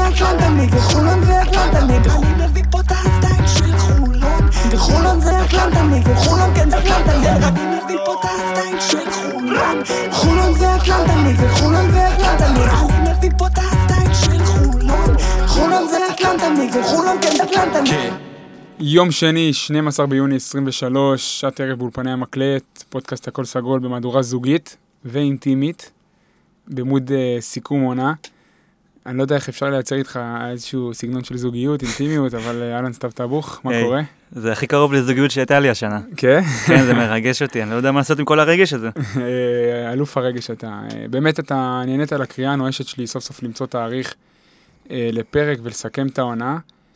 אטלנטה, וחולון זה אטלנטה, אני מביא פה את הסטייל של חולון, וחולון זה אטלנטה, וחולון כן זה אטלנטה, אני מביא פה את הסטייל של חולון, חולון זה אטלנטה, וחולון זה אטלנטה, אני מביא פה את הסטייל של חולון, חולון זה אטלנטה, וחולון כן זה אטלנטה. יום שני, 12 ביוני 23, שעת ערב באולפני המקלט, פודקאסט הכל סגול במהדורה זוגית ואינטימית, במוד סיכום עונה. אני לא יודע איך אפשר לייצר איתך איזשהו סגנון של זוגיות, אינטימיות, אבל אהלן סתיו טבוך, מה קורה? זה הכי קרוב לזוגיות שהייתה לי השנה. כן? כן, זה מרגש אותי, אני לא יודע מה לעשות עם כל הרגש הזה. אלוף הרגש אתה. באמת אתה נהנית על הקריאה הנואשת שלי סוף סוף למצוא תאריך לפרק ולסכם את העונה.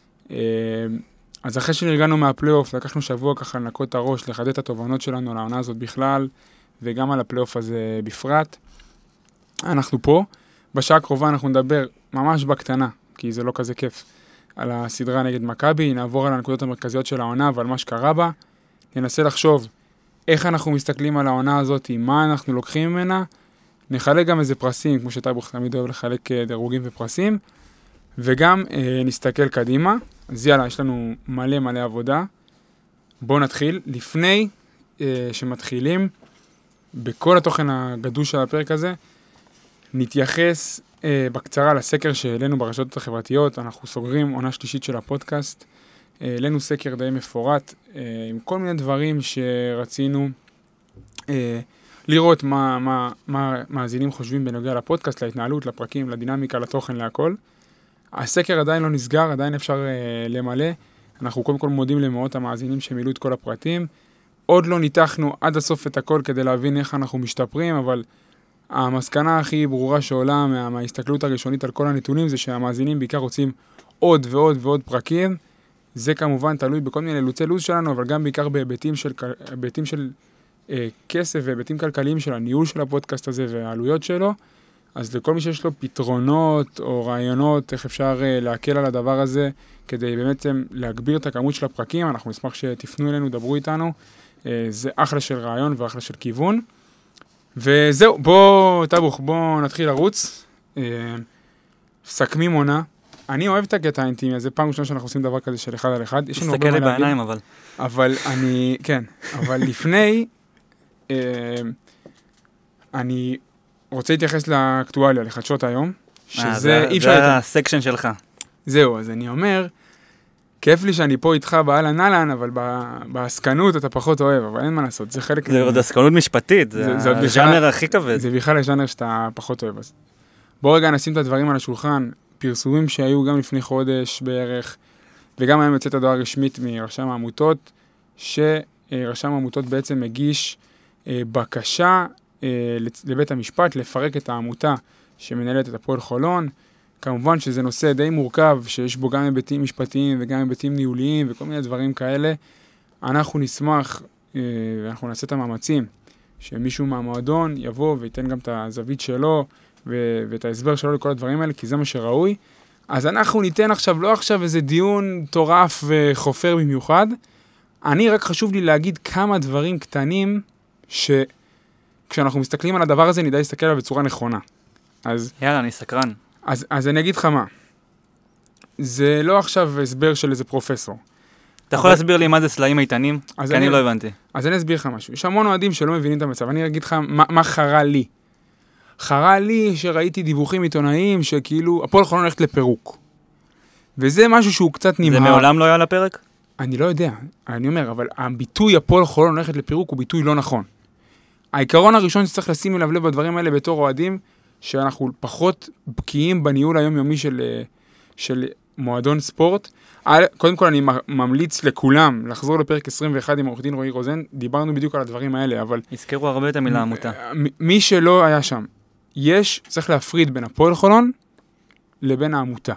אז אחרי שנרגענו מהפלייאוף, לקחנו שבוע ככה לנקות את הראש, לחדד את התובנות שלנו על העונה הזאת בכלל, וגם על הפלייאוף הזה בפרט. אנחנו פה. בשעה הקרובה אנחנו נדבר ממש בקטנה, כי זה לא כזה כיף, על הסדרה נגד מכבי, נעבור על הנקודות המרכזיות של העונה ועל מה שקרה בה, ננסה לחשוב איך אנחנו מסתכלים על העונה הזאת, מה אנחנו לוקחים ממנה, נחלק גם איזה פרסים, כמו שטייבוך תמיד אוהב לחלק דירוגים ופרסים, וגם נסתכל קדימה. אז יאללה, יש לנו מלא עבודה. בואו נתחיל. לפני שמתחילים, בכל התוכן הגדול של הפרק הזה, נתייחס בקצרה לסקר שהעלינו ברשתות החברתיות. אנחנו סוגרים עונה שלישית של הפודקאסט. העלינו סקר די מפורט, עם כל מיני דברים שרצינו לראות מה מאזינים חושבים בנוגע לפודקאסט, להתנהלות, לפרקים, לדינמיקה, לתוכן, להכל. הסקר עדיין לא נסגר, עדיין אפשר למלא. אנחנו קודם כל מודים למאות המאזינים שמילאו את כל הפרטים. עוד לא ניתחנו עד הסוף את הכל כדי להבין איך אנחנו משתפרים, אבל המסקנה הכי ברורה שעולה מההסתכלות הראשונית על כל הנתונים זה שהמאזינים בעיקר רוצים עוד ועוד ועוד פרקים. זה כמובן תלוי בכל מיני אילוצי לוז שלנו, אבל גם בעיקר בהיבטים של כסף והיבטים כלכליים של הניהול של הפודקאסט הזה והעלויות שלו. אז לכל מי שיש לו פתרונות או רעיונות, איך אפשר להקל על הדבר הזה, כדי באמת להגביר את הכמות של הפרקים, אנחנו נשמח שתפנו אלינו, דברו איתנו. זה אחלה של רעיון ואחלה של כיוון. וזהו, בוא נתחיל לרוץ. סכמים עונה. אני אוהב את הקטע האינטימי, זה פעם ראשונה שאנחנו עושים דבר כזה של אחד על אחד. תסתכל לי בעיניים אבל. אבל לפני, אני רוצה להתייחס לאקטואליה, לחדשות היום, שזה אי אפשר... זה הסקשן שלך. זהו, אז אני אומר, כיף לי שאני פה איתך באלן אהלן, אבל בעסקנות אתה פחות אוהב, אבל אין מה לעשות, זה חלק... זה עוד עסקנות משפטית, זה הז'אנר הכי כבד. זה בכלל הז'אנר שאתה פחות אוהב. אז בוא רגע נשים את הדברים על השולחן, פרסומים שהיו גם לפני חודש בערך, וגם היום יוצאת הדעה רשמית מרשם העמותות, שרשם העמותות בעצם מגיש בקשה לבית המשפט לפרק את העמותה שמנהלת את הפועל חולון. כמובן שזה נושא די מורכב, שיש בו גם היבטים משפטיים וגם היבטים ניהוליים וכל מיני דברים כאלה. אנחנו נשמח, ואנחנו נעשה את המאמצים, שמישהו מהמועדון יבוא וייתן גם את הזווית שלו ואת ההסבר שלו לכל הדברים האלה, כי זה מה שראוי. אז אנחנו ניתן עכשיו, לא עכשיו איזה דיון טורף וחופר במיוחד. אני רק חשוב לי להגיד כמה דברים קטנים כשאנחנו מסתכלים על הדבר הזה, נדע להסתכל עליו בצורה נכונה. אז... יאללה, אני סקרן. אז אני אגיד לך מה. זה לא עכשיו הסבר של איזה פרופסור. אתה יכול להסביר לי מה זה סלעים איתנים? כי אני לא הבנתי. אז אני אסביר לך משהו. יש המון אוהדים שלא מבינים את המצב. אני אגיד לך מה חרה לי. חרה לי שראיתי דיווחים עיתונאיים שכאילו, הפועל חולון הולכת לפירוק. וזה משהו שהוא קצת נמהר. זה מעולם לא היה לפרק? אני לא יודע. אני אומר, אבל הביטוי הפועל חולון הולכת לפירוק הוא ביטוי לא נכון. העיקרון הראשון שצריך לשים לב בדברים האלה בתור אוהדים, שאנחנו פחות בקיאים בניהול היומיומי של מועדון ספורט. קודם כל אני ממליץ לכולם לחזור לפרק 21 עם עורך דין רועי רוזן, דיברנו בדיוק על הדברים האלה, אבל... הזכרו הרבה את המילה עמותה. מי שלא היה שם, צריך להפריד בין הפועל חולון לבין העמותה.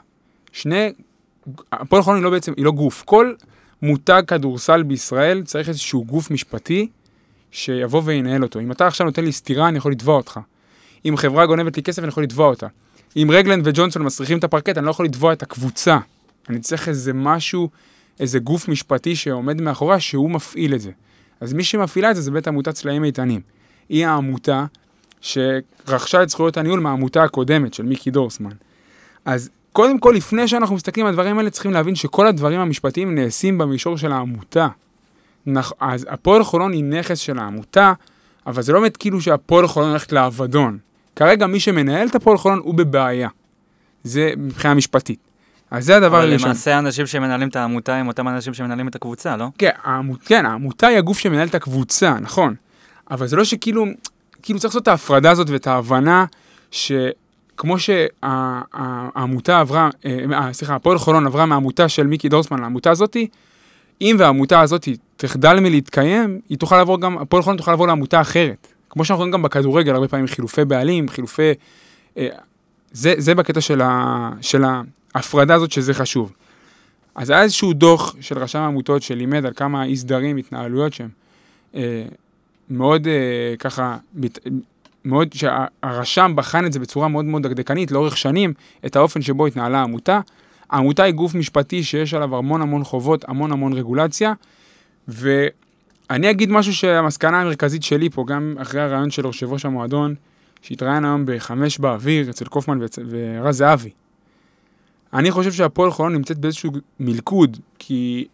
הפועל חולון היא לא גוף. כל מותג כדורסל בישראל צריך איזשהו גוף משפטי שיבוא וינהל אותו. אם אתה עכשיו נותן לי סתירה, אני יכול לתבוע אותך. אם חברה גונבת לי כסף, אני יכול לתבוע אותה. אם רגלנד וג'ונסון מסריחים את הפרקט, אני לא יכול לתבוע את הקבוצה. אני צריך איזה משהו, איזה גוף משפטי שעומד מאחורה, שהוא מפעיל את זה. אז מי שמפעילה את זה, זה בית עמותת סלעים איתנים. היא העמותה שרכשה את זכויות הניהול מהעמותה הקודמת של מיקי דורסמן. אז קודם כל, לפני שאנחנו מסתכלים על הדברים האלה, צריכים להבין שכל הדברים המשפטיים נעשים במישור של העמותה. אז הפועל חולון היא נכס של העמותה, אבל זה לא באמת כאילו שהפועל חולון הולכת לעבדון. כרגע מי שמנהל את הפועל חולון הוא בבעיה. זה מבחינה משפטית. אז זה הדבר הראשון. אבל למעשה האנשים שמנהלים את העמותה הם אותם אנשים שמנהלים את הקבוצה, לא? כן, העמותה היא הגוף שמנהל את הקבוצה, נכון. אבל זה לא שכאילו צריך לעשות את ההפרדה הזאת ואת ההבנה שכמו שהעמותה עברה, הפועל חולון עברה מהעמותה של מיקי דורסמן לעמותה הזאת, אם והעמותה הזאת תחדל מלהתקיים, הפועל חולון תוכל לעבור לעמותה אחרת. כמו שאנחנו רואים גם בכדורגל, הרבה פעמים חילופי בעלים, זה בקטע של ההפרדה הזאת שזה חשוב. אז היה איזשהו דוח של רשם העמותות שלימד על כמה אי סדרים, התנהלויות שהם מאוד ככה, מאוד שהרשם בחן את זה בצורה מאוד מאוד דקדקנית, לאורך שנים, את האופן שבו התנהלה העמותה. העמותה היא גוף משפטי שיש עליו המון חובות, המון רגולציה, ואני אגיד משהו שהמסקנה המרכזית שלי פה, גם אחרי הרעיון של יושב ראש המועדון, שהתראיין היום ב5 באוויר אצל קופמן ורז זהבי. אני חושב שהפועל חולון נמצאת באיזשהו מלכוד, כי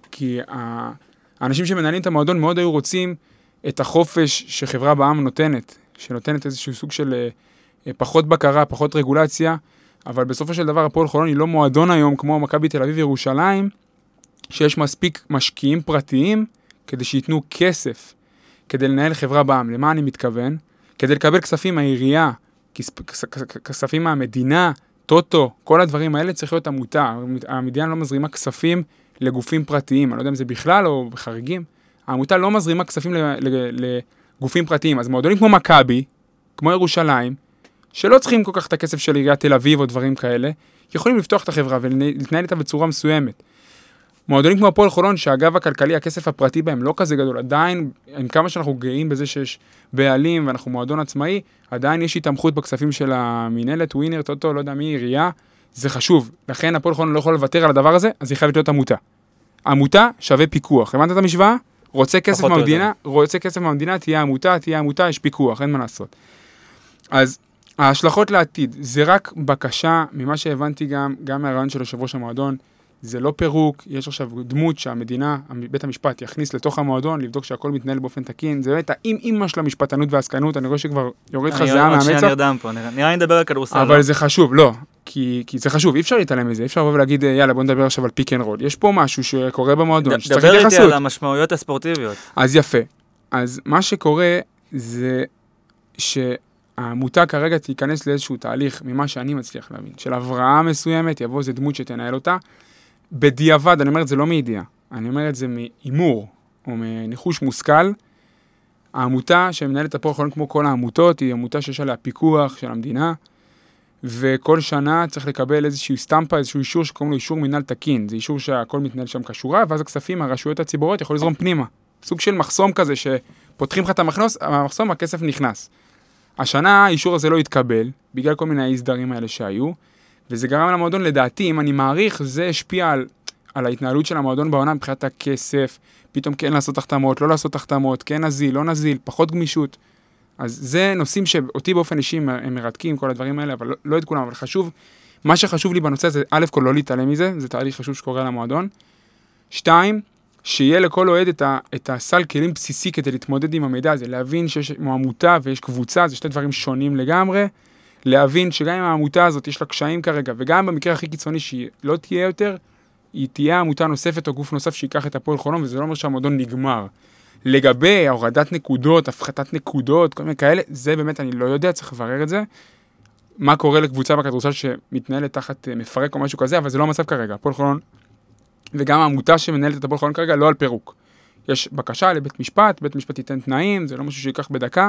האנשים שמנהלים את המועדון מאוד היו רוצים את החופש שחברה בעם נותנת, שנותנת איזשהו סוג של פחות בקרה, פחות רגולציה, אבל בסופו של דבר הפועל חולון היא לא מועדון היום כמו מכבי תל אביב וירושלים, שיש מספיק משקיעים פרטיים כדי שיתנו כסף כדי לנהל חברה בעם. למה אני מתכוון? כדי לקבל כספים מהעירייה, כספים מהמדינה, טוטו, כל הדברים האלה צריך להיות עמותה. המדינה לא מזרימה כספים לגופים פרטיים, אני לא יודע אם זה בכלל או בחריגים. העמותה לא מזרימה כספים לגופים פרטיים. אז מועדונים כמו מכבי, כמו ירושלים, שלא צריכים כל כך את הכסף של עיריית תל אביב או דברים כאלה, יכולים לפתוח את החברה ולהתנהל איתה בצורה מסוימת. מועדונים כמו הפועל חולון, שהאגב הכלכלי, הכסף הפרטי בהם לא כזה גדול, עדיין, עם כמה שאנחנו גאים בזה שיש בעלים ואנחנו מועדון עצמאי, עדיין יש התמחות בכספים של המנהלת, ווינר, טוטו, לא יודע מי, עירייה, זה חשוב. לכן הפועל חולון לא יכול לוותר על הדבר הזה, אז היא חייבת להיות עמותה. עמותה שווה פיקוח. הבנת את המשוואה? רוצה כסף מהמדינה, תהיה עמותה, יש פיקוח, אין מה לעשות. אז ההשלכות לעתיד, זה רק בקשה, ממה שהבנתי גם מהרעיון של יושב ראש המועדון, זה לא פירוק, יש עכשיו דמות שהמדינה, בית המשפט יכניס לתוך המועדון, לבדוק שהכל מתנהל באופן תקין, זה באמת האמא של המשפטנות והעסקנות, אני רואה שכבר יוריד לך זהה מהמצח. אני נרדם פה, נראה לי נדבר על כדורסל. אבל זה חשוב, לא, כי זה חשוב, אי אפשר להתעלם מזה, אי אפשר לבוא ולהגיד, יאללה, בוא נדבר עכשיו על פיק אנד רול, יש פה משהו שקורה במועדון, שצריך להתייחסות. דבר איתי על המשמעויות הספורטיביות. אז יפה, אז מה שקורה זה העמותה כרגע תיכנס לאיזשהו תהליך, ממה שאני מצליח להבין, של הבראה מסוימת, יבוא איזה דמות שתנהל אותה, בדיעבד, אני אומר את זה לא מידיעה, אני אומר את זה מאימור, או מניחוש מושכל, העמותה שמנהלת הפועל חולון כמו כל העמותות, היא עמותה שיש עליה פיקוח של המדינה, וכל שנה צריך לקבל איזשהו סטמפה, איזשהו אישור שקוראים לו אישור מנהל תקין, זה אישור שהכל מתנהל שם כשורה, ואז הכספים, הרשויות הציבוריות יכול לזרום פנימה, סוג של מחסום כזה שפותחים לך את המחסום, הכסף נכנס. השנה האישור הזה לא התקבל, בגלל כל מיני הסדרים האלה שהיו, וזה גרם למועדון, לדעתי, אם אני מעריך, זה השפיע על ההתנהלות של המועדון בעונה מבחינת הכסף, פתאום כן לעשות החתמות, לא לעשות החתמות, כן נזיל, לא נזיל, פחות גמישות. אז זה נושאים שאותי באופן אישי הם מרתקים, כל הדברים האלה, אבל לא את כולם, אבל חשוב, מה שחשוב לי בנושא זה, א' כל לא להתעלם מזה, זה תהליך חשוב שקורה למועדון. 2, שיהיה לכל אוהד את הסל כלים בסיסי כדי להתמודד עם המידע הזה, להבין שיש עמותה ויש קבוצה, זה שתי דברים שונים לגמרי, להבין שגם אם העמותה הזאת יש לה קשיים כרגע, וגם במקרה הכי קיצוני שהיא לא תהיה יותר, היא תהיה עמותה נוספת או גוף נוסף שיקח את הפועל חולון, וזה לא אומר שהמועדון נגמר. לגבי הורדת נקודות, הפחתת נקודות, כל מיני כאלה, זה באמת אני לא יודע, צריך לברר את זה. מה קורה לקבוצה בכדורסל שמתנהלת תחת מפרק או משהו כזה, אבל זה לא המצב כרגע. הפועל חולון, וגם העמותה שמנהלת את הפועל חולון כרגע, לא על פירוק. יש בקשה לבית משפט, בית משפט ייתן תנאים, זה לא משהו שיקח בדקה,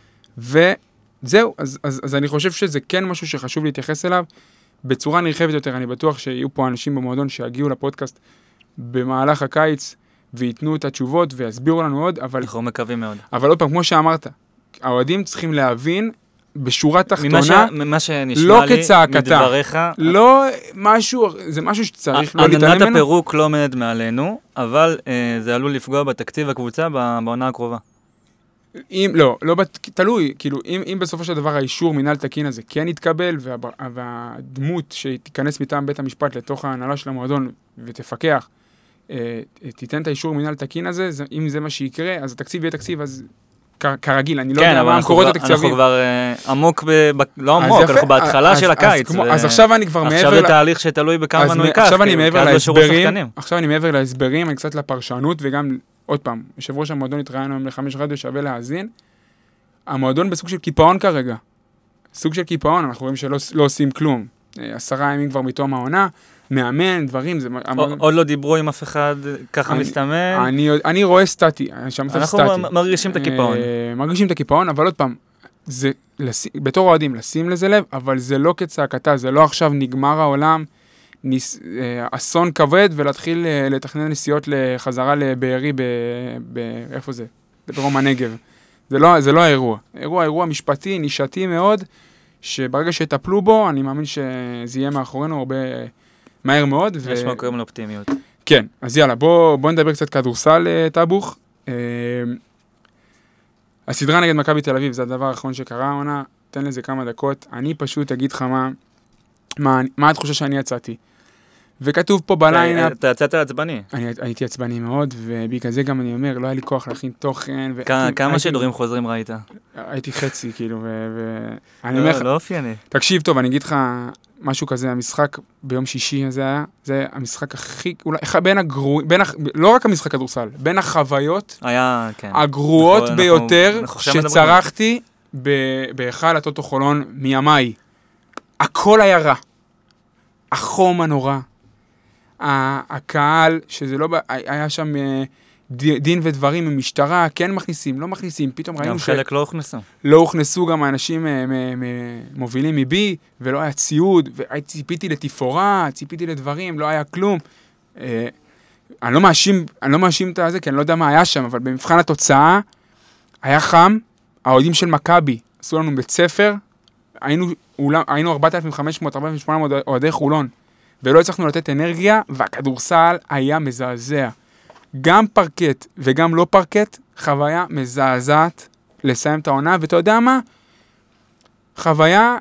וזהו, אז אני חושב שזה כן משהו שחשוב להתייחס אליו, בצורה נרחבת יותר, אני בטוח שיהיו פה אנשים במועדון שיגיעו לפודקאסט במהלך הקיץ, וייתנו את התשובות ויסבירו לנו עוד, אבל... אנחנו מקווים מאוד. אבל עוד פעם, כמו שאמרת, האוהדים צריכים להבין, בשורה תחתונה, ממה שנשמע לא לי, כצעקתה, מדבריך, לא משהו, זה משהו שצריך לא להתעלם ממנו. עננת הפירוק לא עומדת מעלינו, אבל זה עלול לפגוע בתקציב הקבוצה בעונה הקרובה. תלוי, כאילו, אם בסופו של דבר האישור מנהל תקין הזה כן יתקבל, והדמות שתיכנס מטעם בית המשפט לתוך ההנהלה של המועדון ותפקח, תיתן את האישור מנהל תקין הזה, אם זה מה שיקרה, אז התקציב יהיה תקציב, אז כרגיל, אני לא יודע מה המקורות התקציבים. אנחנו כבר עמוק, לא עמוק, אנחנו בהתחלה של הקיץ. אז עכשיו אני כבר מעבר... עכשיו זה תהליך שתלוי בכמה מנוי כך, עכשיו אני מעבר להסברים, אני קצת לפרשנות, וגם, עוד פעם, יושב ראש המועדון התראיין היום ל5 רדיו שווה להאזין, המועדון בסוג של קיפאון כרגע. סוג של קיפאון, אנחנו רואים שלא עושים כלום. 10 ימים כבר מתום העונה, מאמן, דברים, זה... עוד לא דיברו עם אף אחד, ככה מסתמן. אני רואה סטטי, אנחנו מרגישים את הקיפאון. מרגישים את הקיפאון, אבל עוד פעם, זה, בתור אוהדים, לשים לזה לב, אבל זה לא כצעקתה, זה לא עכשיו נגמר העולם, אסון כבד, ולהתחיל לתכנן נסיעות לחזרה לבארי, איפה זה? בדרום הנגב. זה לא האירוע. אירוע משפטי, נישתי מאוד, שברגע שטפלו בו, אני מאמין שזה יהיה מאחורינו הרבה מהר מאוד. יש מקום לאופטימיות. כן, אז יאללה, בוא נדבר קצת כדורסל, טבוך. הסדרה נגד מכבי תל אביב, זה הדבר האחרון שקרה העונה, תן לזה כמה דקות, אני פשוט אגיד לך מה התחושה שאני יצאתי. וכתוב פה בליינאפ... אתה יצאת עצבני. אני הייתי עצבני מאוד, ובגלל זה גם אני אומר, לא היה לי כוח להכין תוכן. כמה שידורים חוזרים ראית? הייתי חצי, כאילו, לא אופייני. תקשיב טוב, אני אגיד לך משהו כזה, המשחק ביום שישי הזה היה, זה המשחק הכי, אולי, בין הגרועים, לא רק המשחק כדורסל, בין החוויות הגרועות ביותר שצרחתי בהיכל הטוטו חולון מימיי. הכל היה רע. החום הנורא. הקהל, שזה לא, היה שם דין ודברים עם משטרה, כן מכניסים, לא מכניסים, פתאום ראינו גם חלק לא הוכנסו. לא הוכנסו גם האנשים מובילים מבי, ולא היה ציוד, וציפיתי לתפאורה, ציפיתי לדברים, לא היה כלום. אני לא מאשים את זה, כי אני לא יודע מה היה שם, אבל במבחן התוצאה, היה חם, האוהדים של מכבי, עשו לנו בית ספר, היינו 4,500, 4,800 אוהדי חולון, ולא הצלחנו לתת אנרגיה, והכדורסל היה מזעזע. גם פרקט וגם לא פרקט, חוויה מזעזעת לסיים את העונה, ואתה יודע מה? חוויה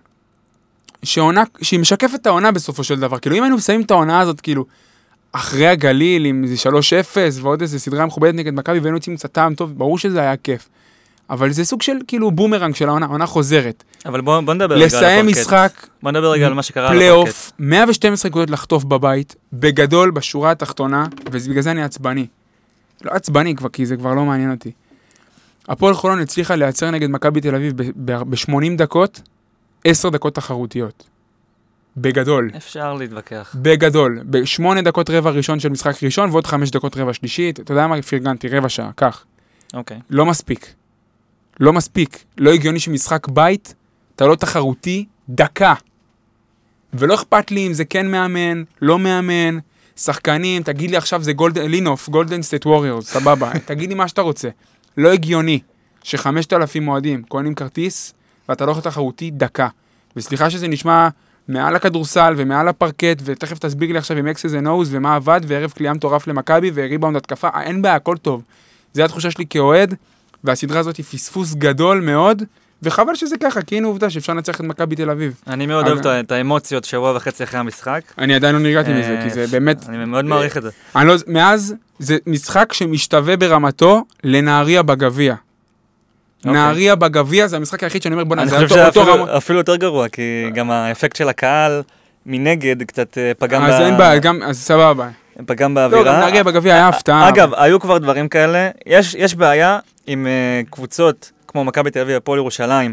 שהיא משקפת את העונה בסופו של דבר. כאילו, אם היינו מסיימים את העונה הזאת, כאילו, אחרי הגליל, עם איזה 3-0, ועוד איזה סדרה מכובדת נגד מכבי, והיינו יוצאים קצת טעם טוב, ברור שזה היה כיף. אבל זה סוג של, כאילו, בומרנג של העונה, העונה חוזרת. אבל בוא נדבר רגע על הפרקט. לסיים משחק, בוא נדבר רגע על מה שקרה על הפרקט. פלייאוף, 112 נקודות לחטוף בבית, בגדול, בשורה התחתונה, ובגלל זה אני עצבני. לא עצבני כבר, כי זה כבר לא מעניין אותי. הפועל חולון הצליחה לייצר נגד מכבי תל אביב ב-80 דקות, 10 דקות תחרותיות. בגדול. אפשר להתווכח. בגדול. ב-8 דקות רבע ראשון של משחק ראשון, ועוד 5 דקות רבע שלישית. אתה יודע מה? פרגנתי, רבע שעה, כך. אוקיי. לא מספיק. לא מספיק. לא הגיוני שמשחק בית, אתה לא תחרותי, דקה. ולא אכפת לי אם זה כן מאמן, לא מאמן, שחקנים, תגיד לי עכשיו זה לינוף, גולדן סטייט ווריורס, סבבה, תגיד לי מה שאתה רוצה. לא הגיוני ש5,000 מועדים קונים כרטיס, ואתה לא תחרותי דקה. וסליחה שזה נשמע מעל הכדורסל ומעל הפרקט, ותכף תסביר לי עכשיו עם אקסס ונוז ומה עבד, וערב קליעה מטורף למכבי, וריבאונד התקפה, אין בעיה, הכל טוב. זה התחושה שלי כאוהד, והסדרה הזאת היא פספוס גדול מאוד, וחבל שזה ככה, כי הנה עובדה שאפשר לנצח את מכבי תל אביב. אני מאוד אוהב את האמוציות שבוע וחצי אחרי המשחק. אני עדיין לא נרגעתי מזה, כי זה באמת... אני מאוד מעריך את זה. מאז, זה משחק שמשתווה ברמתו לנהריה בגביע. נהריה בגביע זה המשחק היחיד שאני אומר, בוא נעשה אותו רמות. אני חושב שאפילו יותר גרוע, כי גם האפקט של הקהל מנגד קצת פגם אז אין בעיה, אז סבבה. פגם באווירה. לא, גם נהריה בגביע היה הפתעה. אגב, היו כבר דברים כאלה. יש בעיה עם קבוצות כמו מכבי תל אביב, הפועל ירושלים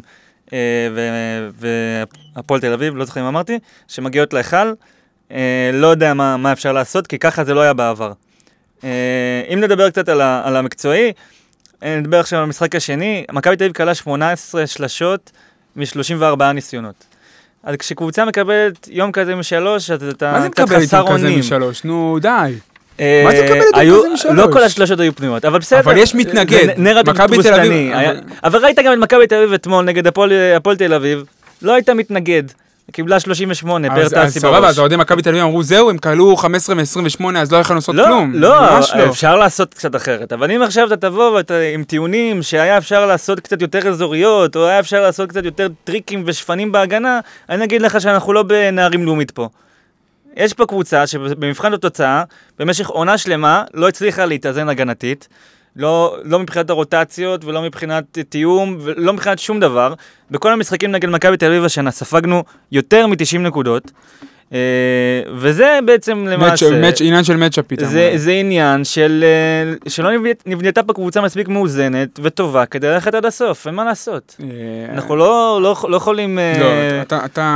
והפועל תל אביב, לא זוכר אם אמרתי, שמגיעות להיכל, לא יודע מה אפשר לעשות, כי ככה זה לא היה בעבר. אם נדבר קצת על המקצועי, נדבר עכשיו על המשחק השני, מכבי תל אביב קלה 18 שלשות מ-34 ניסיונות. אז כשקבוצה מקבלת יום כזה משלוש, אתה קצת חסר אונים. מה זה מקבלת יום כזה משלוש? נו, די. מה זה מקבלת יום כזה משלוש? לא כל השלושות היו פנויות, אבל בסדר. אבל יש מתנגד. מכבי תל אביב. אבל ראית גם את מכבי תל אביב אתמול נגד הפועל תל אביב, לא היית מתנגד. קיבלה 38, פר אז טסי סבבה, בראש. אז האוהדים מכבי תל אביב אמרו, זהו, הם קלו 15 מ-28, אז לא יכולנו לעשות כלום. לא, ממש לא. אפשר לעשות קצת אחרת, אבל אם עכשיו אתה תבוא עם טיעונים שהיה אפשר לעשות קצת יותר אזוריות, או היה אפשר לעשות קצת יותר טריקים ושפנים בהגנה, אני אגיד לך שאנחנו לא בנערים לאומית פה. יש פה קבוצה שבמבחן התוצאה, במשך עונה שלמה, לא הצליחה להתאזן הגנתית, לא מבחינת הרוטציות, ולא מבחינת תיאום, ולא מבחינת שום דבר. בכל המשחקים נגד מכבי תל אביב השנה ספגנו יותר מ-90 נקודות, וזה בעצם למעשה... עניין של מצ'אפ פתאום. זה עניין שלא נבנתה פה קבוצה מספיק מאוזנת וטובה כדי ללכת עד הסוף, אין מה לעשות. אנחנו לא יכולים... לא,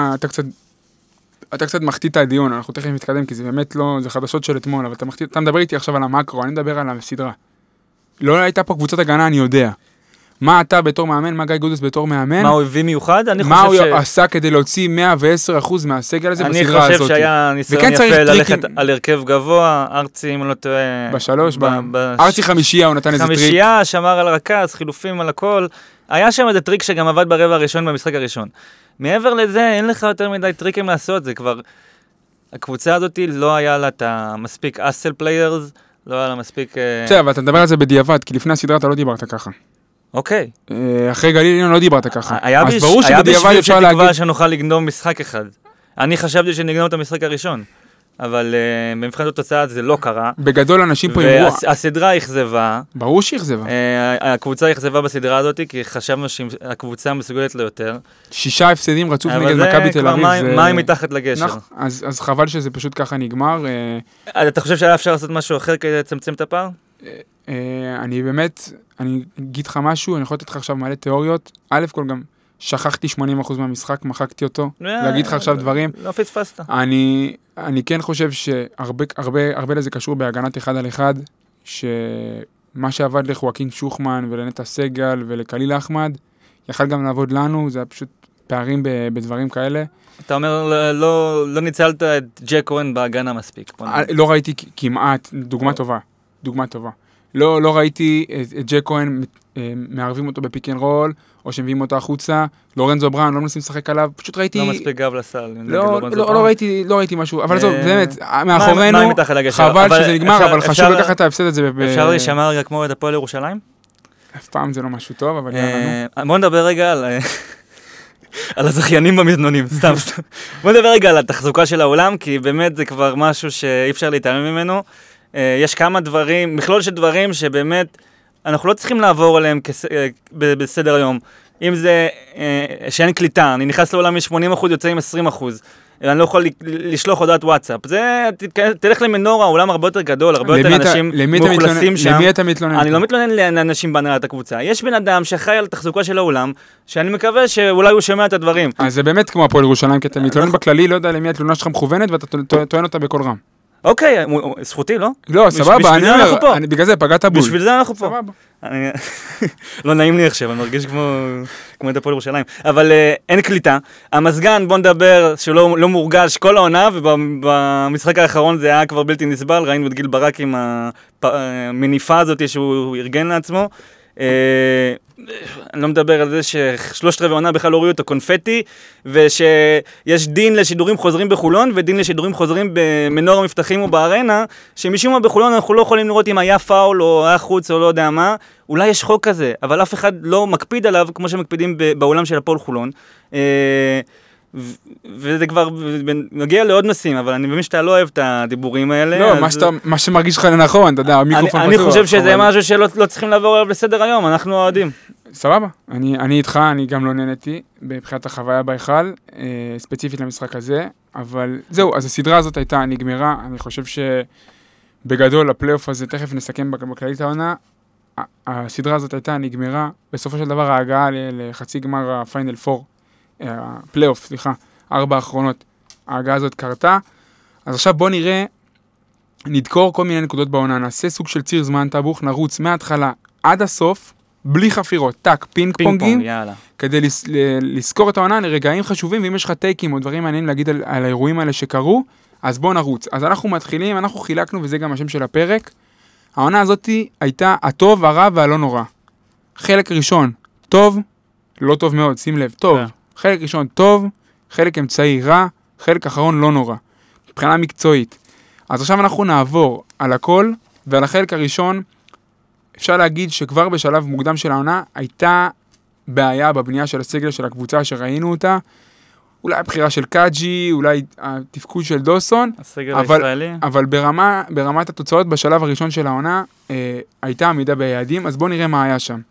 אתה קצת מחטיא את הדיון, אנחנו תכף מתקדם, כי זה באמת לא, זה חדשות של אתמול, אבל אתה מדבר איתי עכשיו על המקרו, אני מדבר על הסדרה. לא הייתה פה קבוצת הגנה, אני יודע. מה אתה בתור מאמן, מה גיא גודס בתור מאמן? מה הוא הביא מיוחד? מה הוא עשה כדי להוציא 110% מהסגל הזה בסדרה הזאת? אני חושב שהיה ניסיון יפה ללכת על הרכב גבוה, ארצי, אם לא טועה... בשלוש, ארצי חמישייה, הוא נתן איזה טריק. חמישייה, שמר על רכז, חילופים על הכל. היה שם איזה טריק שגם עבד ברבע הראשון במשחק הראשון. מעבר לזה, אין לך יותר מדי טריקים לעשות, זה כבר... הקבוצה הזאת לא היה לה את המספיק אסל פליירס, לא היה לה מספיק... בסדר, אבל אתה מדבר על זה בדיעבד, כי לפני הסדרה אתה לא דיברת ככה. אוקיי. אחרי גליל לא דיברת ככה. היה בשביל שתקווה שנוכל לגנוב משחק אחד. אני חשבתי שנגנוב את המשחק הראשון. אבל במבחן התוצאה זה לא קרה. בגדול אנשים פה אמרו... והסדרה אכזבה. ברור שאכזבה. הקבוצה אכזבה בסדרה הזאת, כי חשבנו שהקבוצה מסוגלת ליותר. 6 הפסדים רצוף נגד מכבי תל אביב. אבל זה כבר מים מתחת לגשר. אז חבל שזה פשוט ככה נגמר. אתה חושב שהיה אפשר לעשות משהו אחר כדי לצמצם את הפער? אני באמת, אני אגיד לך משהו, אני יכול לתת לך עכשיו מלא תיאוריות. א' כל גם שכחתי 80% מהמשחק, מחקתי אותו. להגיד לך עכשיו דברים. לא פספסת. אני כן חושב שהרבה לזה קשור בהגנת אחד על אחד, שמה שעבד לחואקין שוחמן ולנטע סגל ולקליל אחמד, יכל גם לעבוד לנו, זה היה פשוט פערים בדברים כאלה. אתה אומר, לא ניצלת את ג'ק כהן בהגנה מספיק. לא ראיתי כמעט, דוגמה טובה. לא ראיתי את ג'ק כהן מערבים אותו בפיק אנד רול, או שמביאים אותו החוצה, לורנזו בראון, לא מנסים לשחק עליו, פשוט ראיתי... לא מספיק גב לסל. לא ראיתי משהו, אבל זהו, באמת, מאחורינו, חבל שזה נגמר, אבל חשוב לקחת את ההפסד הזה. אפשר להישמע רגע כמו את הפועל ירושלים? אף פעם זה לא משהו טוב, אבל יאללה. בוא נדבר רגע על הזכיינים במזנונים, סתם. בוא נדבר רגע על התחזוקה של העולם, כי באמת זה כבר משהו שאי אפשר להתעלם ממנו. יש כמה דברים, מכלול של דברים שבאמת אנחנו לא צריכים לעבור עליהם בסדר היום. אם זה שאין קליטה, אני נכנס לעולם מ-80% יוצא עם 20%. אני לא יכול לשלוח הודעת וואטסאפ. תלך למנורה, העולם הרבה יותר גדול, הרבה יותר אנשים מאוכלסים שם. למי אתה מתלונן? אני לא מתלונן לאנשים בהנהלת הקבוצה. יש בן אדם שחי על תחזוקה של העולם, שאני מקווה שאולי הוא שומע את הדברים. אז זה באמת כמו הפועל ירושלים, כי אתה מתלונן בכללי, לא יודע למי התלונה שלך מכוונת, ואתה טוען אותה בקול רם. אוקיי, זכותי, לא? לא, סבבה, אני אומר, בגלל זה פגעת בול. בשביל זה אנחנו פה. לא נעים לי עכשיו, אני מרגיש כמו את הפועל ירושלים. אבל אין קליטה. המזגן, בוא נדבר, שלא מורגש כל העונה, ובמשחק האחרון זה היה כבר בלתי נסבל, ראינו את גיל ברק עם המניפה הזאת שהוא ארגן לעצמו. אני לא מדבר על זה ששלושת רבעי עונה בכלל הורידו את הקונפטי, ושיש דין לשידורים חוזרים בחולון, ודין לשידורים חוזרים במנור המבטחים או בארנה, שמשום מה בחולון אנחנו לא יכולים לראות אם היה פאול או היה חוץ או לא יודע מה, אולי יש חוק כזה, אבל אף אחד לא מקפיד עליו כמו שמקפידים בעולם של הפועל חולון. וזה כבר מגיע לעוד נושאים, אבל אני מבין שאתה לא אוהב את הדיבורים האלה. לא, מה שמרגיש לך לנכון, אתה יודע, המיקרופון פתוח. אני חושב שזה משהו שלא צריכים לעבור עליו בסדר היום, אנחנו אוהדים. סבבה, אני איתך, אני גם לא נהניתי בבחינת החוויה בהיכל, ספציפית למשחק הזה, אבל זהו, אז הסדרה הזאת הייתה נגמרה, אני חושב שבגדול הפלייאוף הזה, תכף נסכם בכללית העונה, הסדרה הזאת הייתה נגמרה, בסופו של דבר ההגעה לחצי גמר הפיינל 4, הפלייאוף, 4 האחרונות, ההגעה הזאת קרתה, אז עכשיו בוא נראה, נדקור כל מיני נקודות בעונה, נעשה סוג של ציר זמן תבוך, נרוץ מההתחלה עד הסוף, בלי חפירות, טק, פינג פונגים, כדי לזכור את העונה לרגעים חשובים, ואם יש לך טייקים או דברים מעניינים להגיד על האירועים האלה שקרו, אז בוא נרוץ. אז אנחנו מתחילים, אנחנו חילקנו, וזה גם השם של הפרק, העונה הזאת הייתה הטוב, הרע והלא נורא. חלק ראשון, טוב, לא טוב מאוד, שים לב, טוב. חלק ראשון, טוב, חלק אמצעי רע, חלק אחרון לא נורא, מבחינה מקצועית. אז עכשיו אנחנו נעבור על הכל, ועל החלק הראשון, אפשר להגיד שכבר בשלב מוקדם של העונה, הייתה בעיה בבנייה של הסגל של הקבוצה שראינו אותה, אולי הבחירה של קאג'י, אולי התפקוד של דוסון, הסגל הישראלי. אבל ברמת התוצאות בשלב הראשון של העונה, הייתה עמידה ביעדים, אז בואו נראה מה היה שם.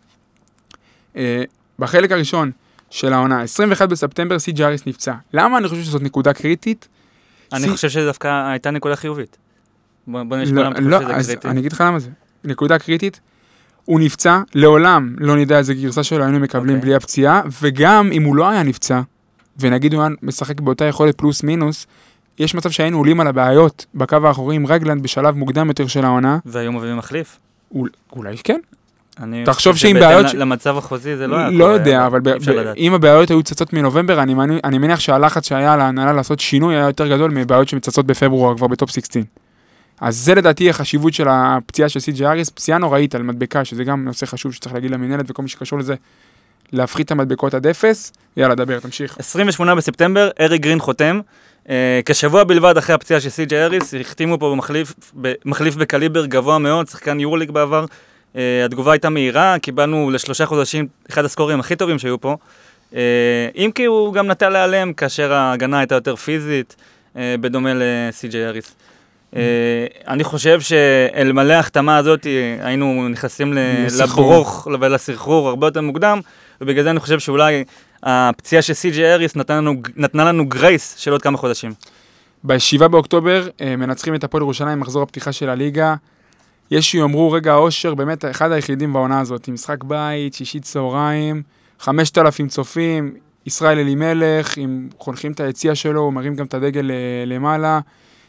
בחלק הראשון של העונה, 21 בספטמבר, סי.ג'י אריס נפצע. למה אני חושב שזאת נקודה קריטית? אני חושב שדווקא הייתה נקודה חיובית. בוא נשמע לא, אז אני אגיד לך למה זה. נקודה קריטית, הוא נפצע, לעולם לא נדע איזה גרסה שלו היינו מקבלים בלי הפציעה, וגם אם הוא לא היה נפצע, ונגיד הוא היה משחק באותה יכולת פלוס מינוס, יש מצב שהיינו עולים על הבעיות בקו האחורי עם רגלנד בשלב מוקדם יותר של העונה. והיום מביאים מחליף? אולי כן. תחשוב שעם בעיות... למצב החוזי זה לא היה... לא יודע, אבל אם הבעיות היו צצות מנובמבר, אני מניח שהלחץ שהיה על ההנהלה לעשות שינוי היה יותר גדול מבעיות שמצצות בפברואר כבר בטופ 16. אז זה לדעתי החשיבות של הפציעה של סי.ג'י אריס, פציעה נוראית על מדבקה, שזה גם נושא חשוב שצריך להגיד למנהלת וכל מי שקשור לזה, להפחית את המדבקות עד אפס. יאללה, דבר, תמשיך. 28 בספטמבר, אריק גרין חותם. כשבוע בלבד אחרי הפציעה של סי.ג'י אריס, החתימו פה במחליף בקליבר גבוה מאוד, שחקן יורוליג בעבר. התגובה הייתה מהירה, קיבלנו ל3 חודשים אחד הסקורים הכי טובים שהיו פה. אם כי הוא גם נטה להיעלם, כאשר ההגנה הייתה יותר פיזית, בדומה לסי.ג'י אריס. אני חושב שאלמלא ההחתמה הזאת היינו נכנסים לברוך ולסחרור הרבה יותר מוקדם, ובגלל זה אני חושב שאולי הפציעה של סי.ג'י אריס נתנה לנו גרייס של עוד כמה חודשים. ב7 באוקטובר מנצחים את הפועל ירושלים, מחזור הפתיחה של הליגה. יש שיאמרו רגע האושר, באמת אחד היחידים בעונה הזאת, עם משחק בית, שישית צהריים, 5,000 צופים, ישראל אלימלך, עם חונכים את היציאה שלו, הוא מרים גם את הדגל למעלה,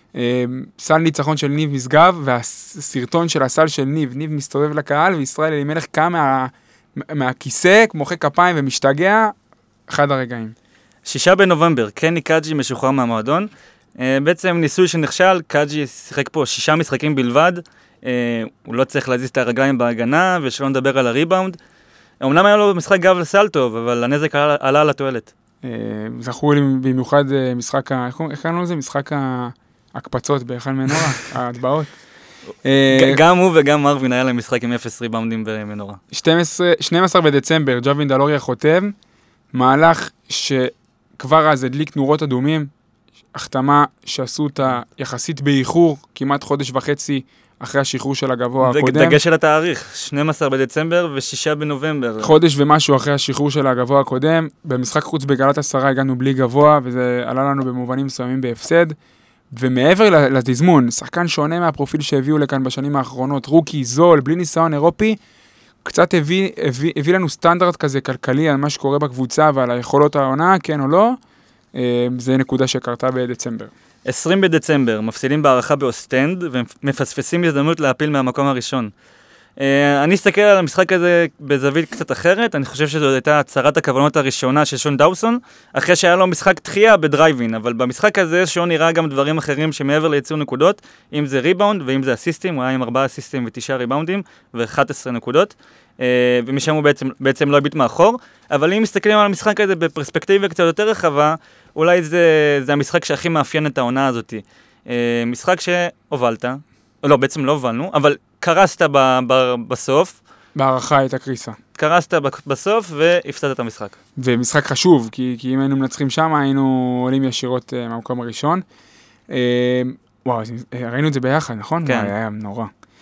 סל ניצחון של ניב משגב, והסרטון של הסל של ניב מסתובב לקהל, וישראל אלימלך קם מהכיסא, מוחא כפיים ומשתגע, אחד הרגעים. 6 בנובמבר, קני קאג'י משוחרר מהמועדון, בעצם ניסוי שנכשל, קאג'י שיחק פה 6 משחקים בלבד, הוא לא צריך להזיז את הרגליים בהגנה, ושלא נדבר על הריבאונד. אומנם היה לו משחק גב לסל טוב, אבל הנזק עלה על התועלת. זכרו לי במיוחד משחק, איך קראנו לזה? משחק ההקפצות בהיכל מנורה, ההטבעות. גם הוא וגם מרווין היה להם משחק עם 0 ריבאונדים במנורה. 12 בדצמבר, ג'אווין דלוריה חותם, מהלך שכבר אז הדליק נורות אדומים, החתמה שעשו אותה יחסית באיחור, כמעט חודש וחצי אחרי השחרור של הגבוה הקודם. דגש של התאריך, 12 בדצמבר ו6 בנובמבר. חודש ומשהו אחרי השחרור של הגבוה הקודם, במשחק חוץ בגלת 10 הגענו בלי גבוה, וזה עלה לנו במובנים מסוימים בהפסד, ומעבר לתזמון, שחקן שונה מהפרופיל שהביאו לכאן בשנים האחרונות, רוקי, זול, בלי ניסיון אירופי, קצת הביא לנו סטנדרט כזה כלכלי על מה שקורה בקבוצה ועל היכולות העונה, כן או לא, זה נקודה שקרתה בדצמבר. 20 בדצמבר, מפסידים בערכה באוסטנד, ומפספסים הזדמנות להפיל מהמקום הראשון. אני אסתכל על המשחק הזה בזווית קצת אחרת, אני חושב שזו הייתה הצהרת הכוונות הראשונה של שון דאוסון, אחרי שהיה לו משחק דחייה בדרייבין, אבל במשחק הזה שון נראה גם דברים אחרים שמעבר לייצור נקודות, אם זה ריבאונד ואם זה אסיסטים, הוא היה עם 4 אסיסטים ו9 ריבאונדים ו11 נקודות, ומשם הוא בעצם לא הביט מאחור, אבל אם מסתכלים על המשחק הזה בפרספקטיבה קצת יותר רחבה, אולי זה המשחק שהכי מאפיין את העונה הזאת. משחק שהובלת, לא, בעצם לא הובלנו, אבל קרסת בסוף. בהערכה הייתה קריסה. קרסת בסוף והפסדת את המשחק. ומשחק חשוב, כי אם היינו מנצחים שם, היינו עולים ישירות מהמקום הראשון. וואו, ראינו את זה ביחד, נכון? כן. היה נורא.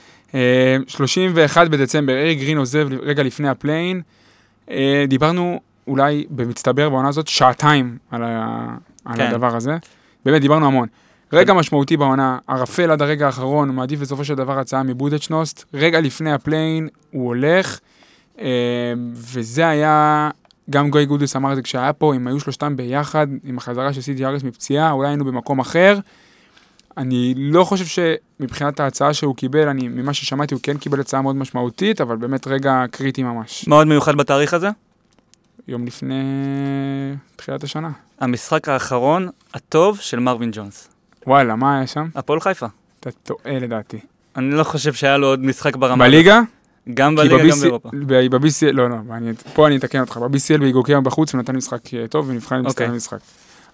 31 בדצמבר, אריק גרין עוזב רגע לפני הפליין. דיברנו אולי במצטבר בעונה הזאת שעתיים על הדבר הזה. באמת דיברנו המון. רגע משמעותי בעונה, ערפל עד הרגע האחרון, הוא מעדיף בסופו של דבר הצעה מבודדשנוסט, רגע לפני הפליין הוא הולך, וזה היה, גם גוי גודס אמר את זה כשהיה פה, אם היו שלושתם ביחד, עם החזרה של סי.ג'י אריס מפציעה, אולי היינו במקום אחר. אני לא חושב שמבחינת ההצעה שהוא קיבל, ממה ששמעתי הוא כן קיבל הצעה מאוד משמעותית, אבל באמת רגע קריטי ממש. מאוד מיוחד בתאריך הזה? יום לפני תחילת השנה. המשחק האחרון הטוב של מרווין ג'ונס. וואלה, מה היה שם? הפועל חיפה. אתה טועה לדעתי. אני לא חושב שהיה לו עוד משחק ברמה. בליגה? גם בליגה, גם באירופה. ב-BCL, לא, פה אני אתקן אותך. ב-BCL בהיגוקיה בחוץ, הוא נתן משחק טוב ונבחן למשחק.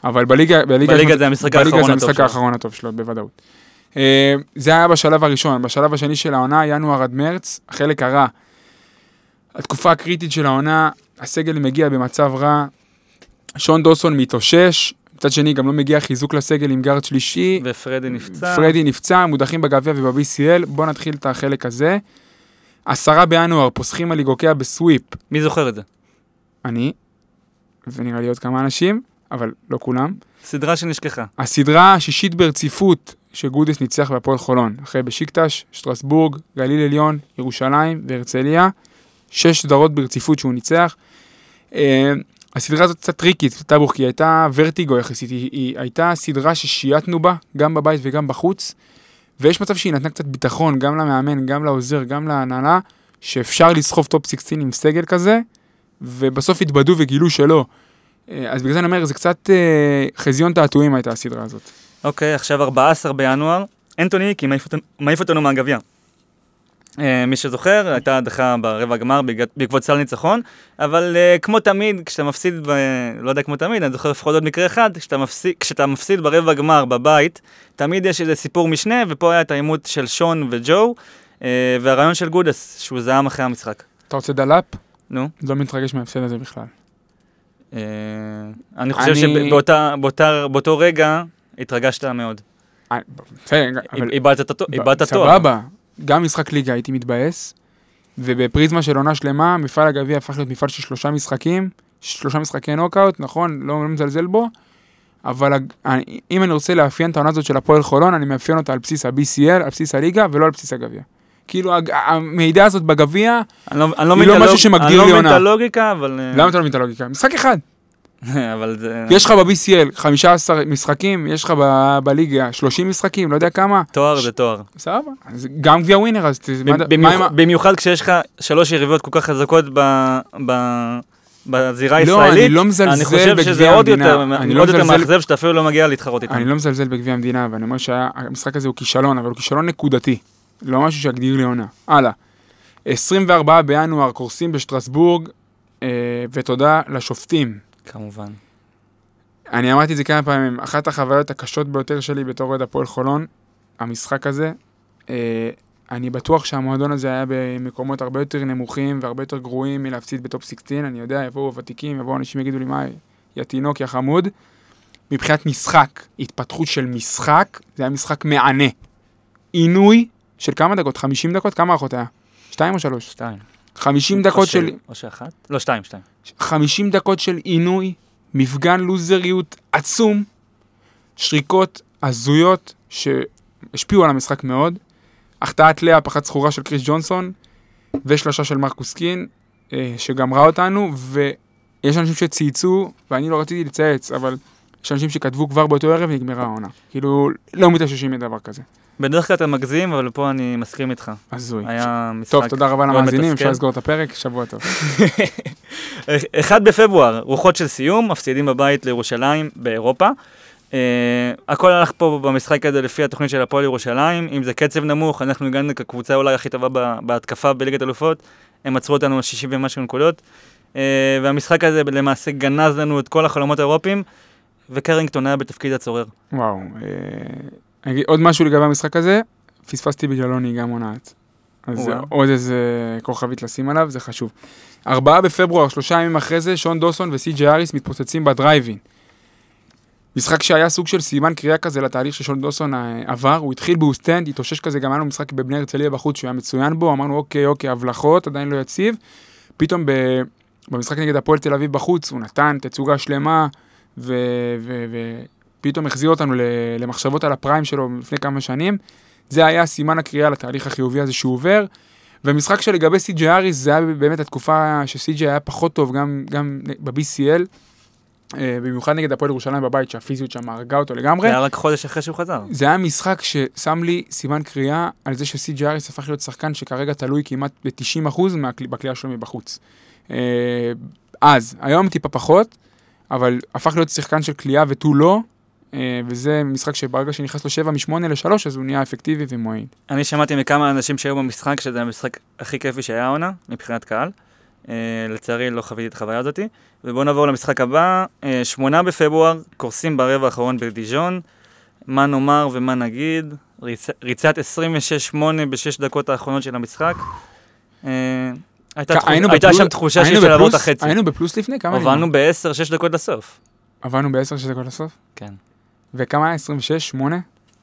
אבל בליגה זה המשחק האחרון הטוב שלו, בוודאות. זה היה בשלב הראשון. בשלב השני של העונה, ינואר עד מרץ, החלק הרע. התקופה הקריטית של העונה, הסגל מגיע במצב רע, שון דוסון מתאושש, מצד שני גם לא מגיע חיזוק לסגל עם גארד שלישי. ופרדי נפצע, מודחים בגביע וב-BCL. בואו נתחיל את החלק הזה. 10 בינואר, פוסחים על ליגוקיה בסוויפ. מי זוכר את זה? אני, ונראה לי עוד כמה אנשים, אבל לא כולם. סדרה שנשכחה. הסדרה השישית ברציפות שגודס ניצח בהפועל חולון, אחרי בשיקטש, שטרסבורג, גליל עליון, ירושלים והרצליה. 6 סדרות ברציפות שהוא ניצח. הסדרה הזאת קצת טריקית, טבוך, כי היא הייתה ורטיגו יחסית, היא הייתה סדרה ששייטנו בה, גם בבית וגם בחוץ, ויש מצב שהיא נתנה קצת ביטחון, גם למאמן, גם לעוזר, גם להנהלה, שאפשר לסחוב טופ 16 עם סגל כזה, ובסוף התבדו וגילו שלא. אז בגלל זה אני אומר, זה קצת חזיון תעתועים הייתה הסדרה הזאת. אוקיי, עכשיו 14 בינואר, אנטוני, כי מעיף אותנו מהגביע. מי שזוכר, הייתה הדחה ברבע הגמר בעקבות סל ניצחון, אבל כמו תמיד, כשאתה מפסיד, לא יודע כמו תמיד, אני זוכר לפחות עוד מקרה אחד, כשאתה מפסיד ברבע הגמר בבית, תמיד יש איזה סיפור משנה, ופה היה את העימות של שון וג'ו, והרעיון של גודס, שהוא זעם אחרי המשחק. אתה רוצה דלאפ? נו. לא מתרגש מהפסד הזה בכלל. אני חושב שבאותו רגע התרגשת מאוד. איבדת תואר. סבבה. גם משחק ליגה הייתי מתבאס, ובפריזמה של עונה שלמה, מפעל הגביע הפך להיות מפעל של 3 משחקים, 3 משחקי נוקאוט, נכון? לא מזלזל בו, אבל אם אני רוצה לאפיין את העונה הזאת של הפועל חולון, אני מאפיין אותה על בסיס ה-BCL, על בסיס הליגה, ולא על בסיס הגביע. כאילו, המידע הזאת בגביע, היא לא משהו שמגדיר לי עונה. אני לא מבין את הלוגיקה, אבל... למה אתה לא מבין את הלוגיקה? משחק אחד. אבל זה... יש לך ב-BCL 15 משחקים, יש לך בליגה 30 משחקים, לא יודע כמה. תואר זה תואר. סבבה. גם גביע ווינר, אז... במיוחד כשיש לך 3 יריבות כל כך חזקות בזירה הישראלית, לא, אני לא מזלזל בגביע המדינה. אני חושב שזה עוד יותר מאכזב שאתה אפילו לא מגיע להתחרות איתם. אני לא מזלזל בגביע המדינה, ואני אומר שהמשחק הזה הוא כישלון, אבל הוא כישלון נקודתי. לא משהו שיגדיר לי עונה. הלאה. 24 בינואר קורסים בשטרסבורג, ותודה לשופטים. כמובן. אני אמרתי את זה כמה פעמים, אחת החוויות הקשות ביותר שלי בתור אוהד הפועל חולון, המשחק הזה, אני בטוח שהמועדון הזה היה במקומות הרבה יותר נמוכים והרבה יותר גרועים מלהפסיד בטופ 16, אני יודע, יבואו ותיקים, יבואו אנשים יגידו לי מה, יא תינוק, יא חמוד, מבחינת משחק, התפתחות של משחק, זה היה משחק מענה. עינוי של כמה דקות? 50 דקות? כמה אחות היה? 2 או 3? 2. 50 דקות של... או שאחת? לא, 2. 50 דקות של עינוי, מפגן לוזריות עצום, שריקות הזויות שהשפיעו על המשחק מאוד, החטאת לאה, פחת זכורה של קריס ג'ונסון, ושלושה של מרקוס קין, שגמרה אותנו, ויש אנשים שצייצו, ואני לא רציתי לצייץ, אבל יש אנשים שכתבו כבר באותו ערב ונגמרה העונה. כאילו, לא מתאוששים מדבר כזה. בדרך כלל אתה מגזים, אבל פה אני מסכים איתך. הזוי. היה משחק... טוב, תודה רבה למאזינים, אפשר לסגור את הפרק, שבוע טוב. 1 בפברואר, רוחות של סיום, מפסידים בבית לירושלים באירופה. הכל הלך פה במשחק הזה לפי התוכנית של הפועל ירושלים, אם זה קצב נמוך, אנחנו הגענו כקבוצה אולי הכי טובה בהתקפה בליגת אלופות, הם עצרו אותנו על 60 ומשהו נקודות, והמשחק הזה למעשה גנז לנו את כל החלומות האירופיים, וקרינגטון היה בתפקיד הצורר. וואו, עוד משהו לגבי המשחק הזה, פספסתי בגללו נהיגה מונעת. אז עוד איזה כוכבית לשים עליו, זה חשוב. 4 בפברואר, 3 ימים אחרי זה, שון דוסון וסי.ג'יי אריס מתפוצצים בדרייבין. משחק שהיה סוג של סימן קריאה כזה לתהליך ששון דוסון עבר, הוא התחיל באוסטנד, התאושש כזה, גם היה לו משחק בבני הרצליה בחוץ שהוא היה מצוין בו, אמרנו אוקיי, הבלחות, עדיין לא יציב, פתאום במשחק נגד הפועל תל אביב בחוץ, הוא נתן תצוגה שלמה, ופתאום החזיר אותנו למחשבות על הפריים שלו לפני כמה שנים, זה היה סימן הקריאה לתהליך החיובי הזה שהוא עובר, ומשחק שלגבי סי.ג'יי אריס, זה היה באמת התקופה שסי.ג'יי היה פחות טוב, גם ב-BCL, במיוחד נגד הפועל ירושלים בבית, שהפיזיות שם הרגה אותו לגמרי. זה היה רק חודש אחרי שהוא חזר. זה היה משחק ששם לי סימן קריאה על זה שסי.ג'יי אריס הפך להיות שחקן שכרגע תלוי כמעט ב-90% בקליעה שלו מבחוץ. אז, היום טיפה פחות, אבל הפך להיות שחקן של קליעה ותו לא, וזה משחק שברגע שנכנס לו 7 מ-8 ל-3, אז הוא נהיה אפקטיבי ומועיל. אני שמעתי מכמה אנשים שהיו במשחק, שזה המשחק הכי כיפי שהיה העונה, מבחינת קהל. לצערי לא חוויתי את החוויה הזאתי. ובואו נעבור למשחק הבא, 8 בפברואר, קורסים ברבע האחרון בדיז'ון. מה נאמר ומה נגיד? ריצת 26-8 בשש דקות האחרונות של המשחק. הייתה שם תחושה שיש לעבור את החצי. היינו בפלוס לפני? כמה? עברנו ב-10-6 דקות לסוף. עברנו ב-10-6 דקות לסוף? כן. וכמה היה? 26-8?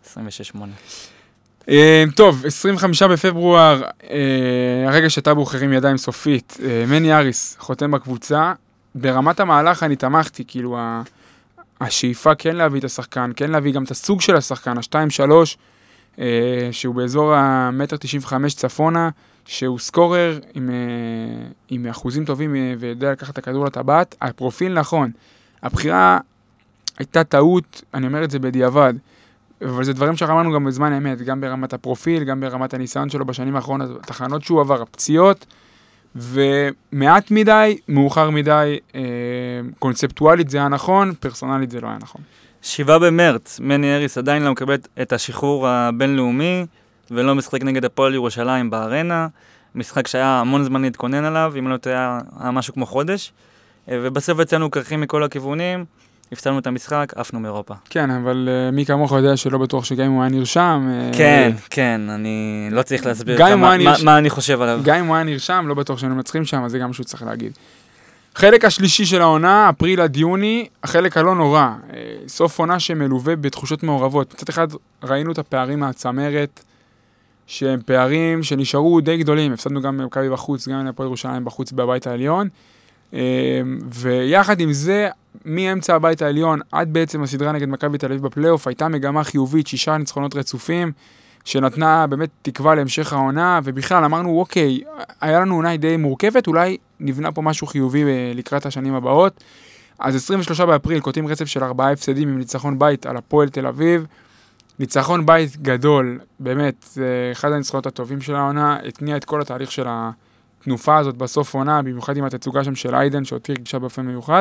26-8. טוב, 25 בפברואר, הרגע שטאבו חרים ידיים סופית, מני אריס חותם בקבוצה, ברמת המהלך אני תמכתי, כאילו השאיפה כן להביא את השחקן, כן להביא גם את הסוג של השחקן, ה-2-3, שהוא באזור ה-1.95 צפונה, שהוא סקורר עם אחוזים טובים ויודע לקחת את הכדור לטבעת, הפרופיל נכון, הבחירה הייתה טעות, אני אומר את זה בדיעבד, אבל זה דברים שרמנו גם בזמן אמת, גם ברמת הפרופיל, גם ברמת הניסיון שלו בשנים האחרונות, התחנות שהוא עבר, הפציעות, ומעט מדי, מאוחר מדי, קונספטואלית זה היה נכון, פרסונלית זה לא היה נכון. 7 במרץ, מני אריס עדיין לא מקבל את השחרור הבינלאומי, ולא משחק נגד הפועל ירושלים בארנה, משחק שהיה המון זמן להתכונן עליו, אם לא היה משהו כמו חודש, ובסוף יצאנו קרחים מכל הכיוונים, הפסדנו את המשחק, עפנו מאירופה. כן, אבל מי כמוך יודע שלא בטוח שגם אם הוא היה נרשם... כן, אני לא צריך להסביר מה אני חושב עליו. גם אם הוא היה נרשם, לא בטוח שהיינו מנצחים שם, אז זה גם שהוא צריך להגיד. חלק השלישי של העונה, אפריל עד יוני, החלק הלא נורא. סוף עונה שמלווה בתחושות מעורבות. מצד אחד ראינו את הפערים מהצמרת, שהם פערים שנשארו די גדולים. הפסדנו גם מכבי בחוץ, גם הפועל ירושלים בחוץ בבית העליון. ויחד עם זה, מאמצע הבית העליון עד בעצם הסדרה נגד מכבי תל אביב בפלייאוף, הייתה מגמה חיובית, 6 ניצחונות רצופים, שנתנה באמת תקווה להמשך העונה, ובכלל אמרנו, אוקיי, היה לנו עונה די מורכבת, אולי נבנה פה משהו חיובי לקראת השנים הבאות. אז 23 באפריל קוטעים רצף של 4 הפסדים עם ניצחון בית על הפועל תל אביב, ניצחון בית גדול, באמת, זה אחד הניצחונות הטובים של העונה, התניע את כל התהליך של התנופה הזאת בסוף עונה, במיוחד עם התצוגה שם של איידן, שאותי רגישה באופן מיוחד.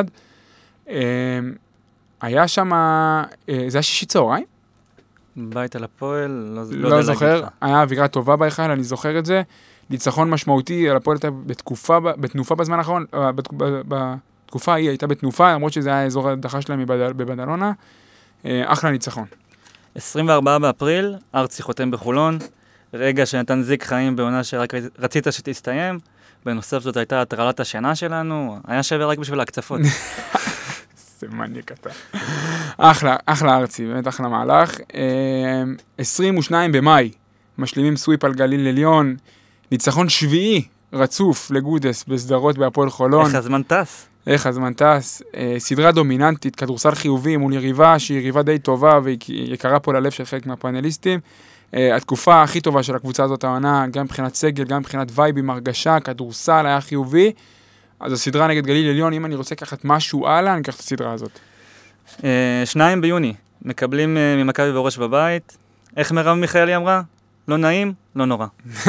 היה שם, זה היה שישי צהריים? בית על הפועל, לא זוכר, היה אווירה טובה בהיכל, אני זוכר את זה, ניצחון משמעותי על הפועל הייתה בתנופה בזמן האחרון, בתקופה היא הייתה בתנופה, למרות שזה היה אזור הדחה שלהם בבדלונה, אחלה ניצחון. 24 באפריל, ארצי חותם בחולון, רגע שנתן זיק חיים בעונה שרק רצית שתסתיים, בנוסף זאת הייתה הטרלת השינה שלנו, היה שווה רק בשביל ההקצפות. זה מניאק אתה. אחלה ארצי, באמת אחלה מהלך. 22 במאי, משלימים סוויפ על גליל עליון, ניצחון שביעי רצוף לגודס בסדרות בהפועל חולון. איך הזמן טס. סדרה דומיננטית, כדורסל חיובי מול יריבה שהיא יריבה די טובה והיא יקרה פה ללב של חלק מהפאנליסטים. התקופה הכי טובה של הקבוצה הזאת העונה, גם מבחינת סגל, גם מבחינת וייבים, הרגשה, כדורסל היה חיובי. אז הסדרה נגד גליל עליון, אם אני רוצה לקחת משהו הלאה, אני אקח את הסדרה הזאת. 2 ביוני, מקבלים ממכבי וראש בבית. איך מרב מיכאלי אמרה? לא נעים, לא נורא.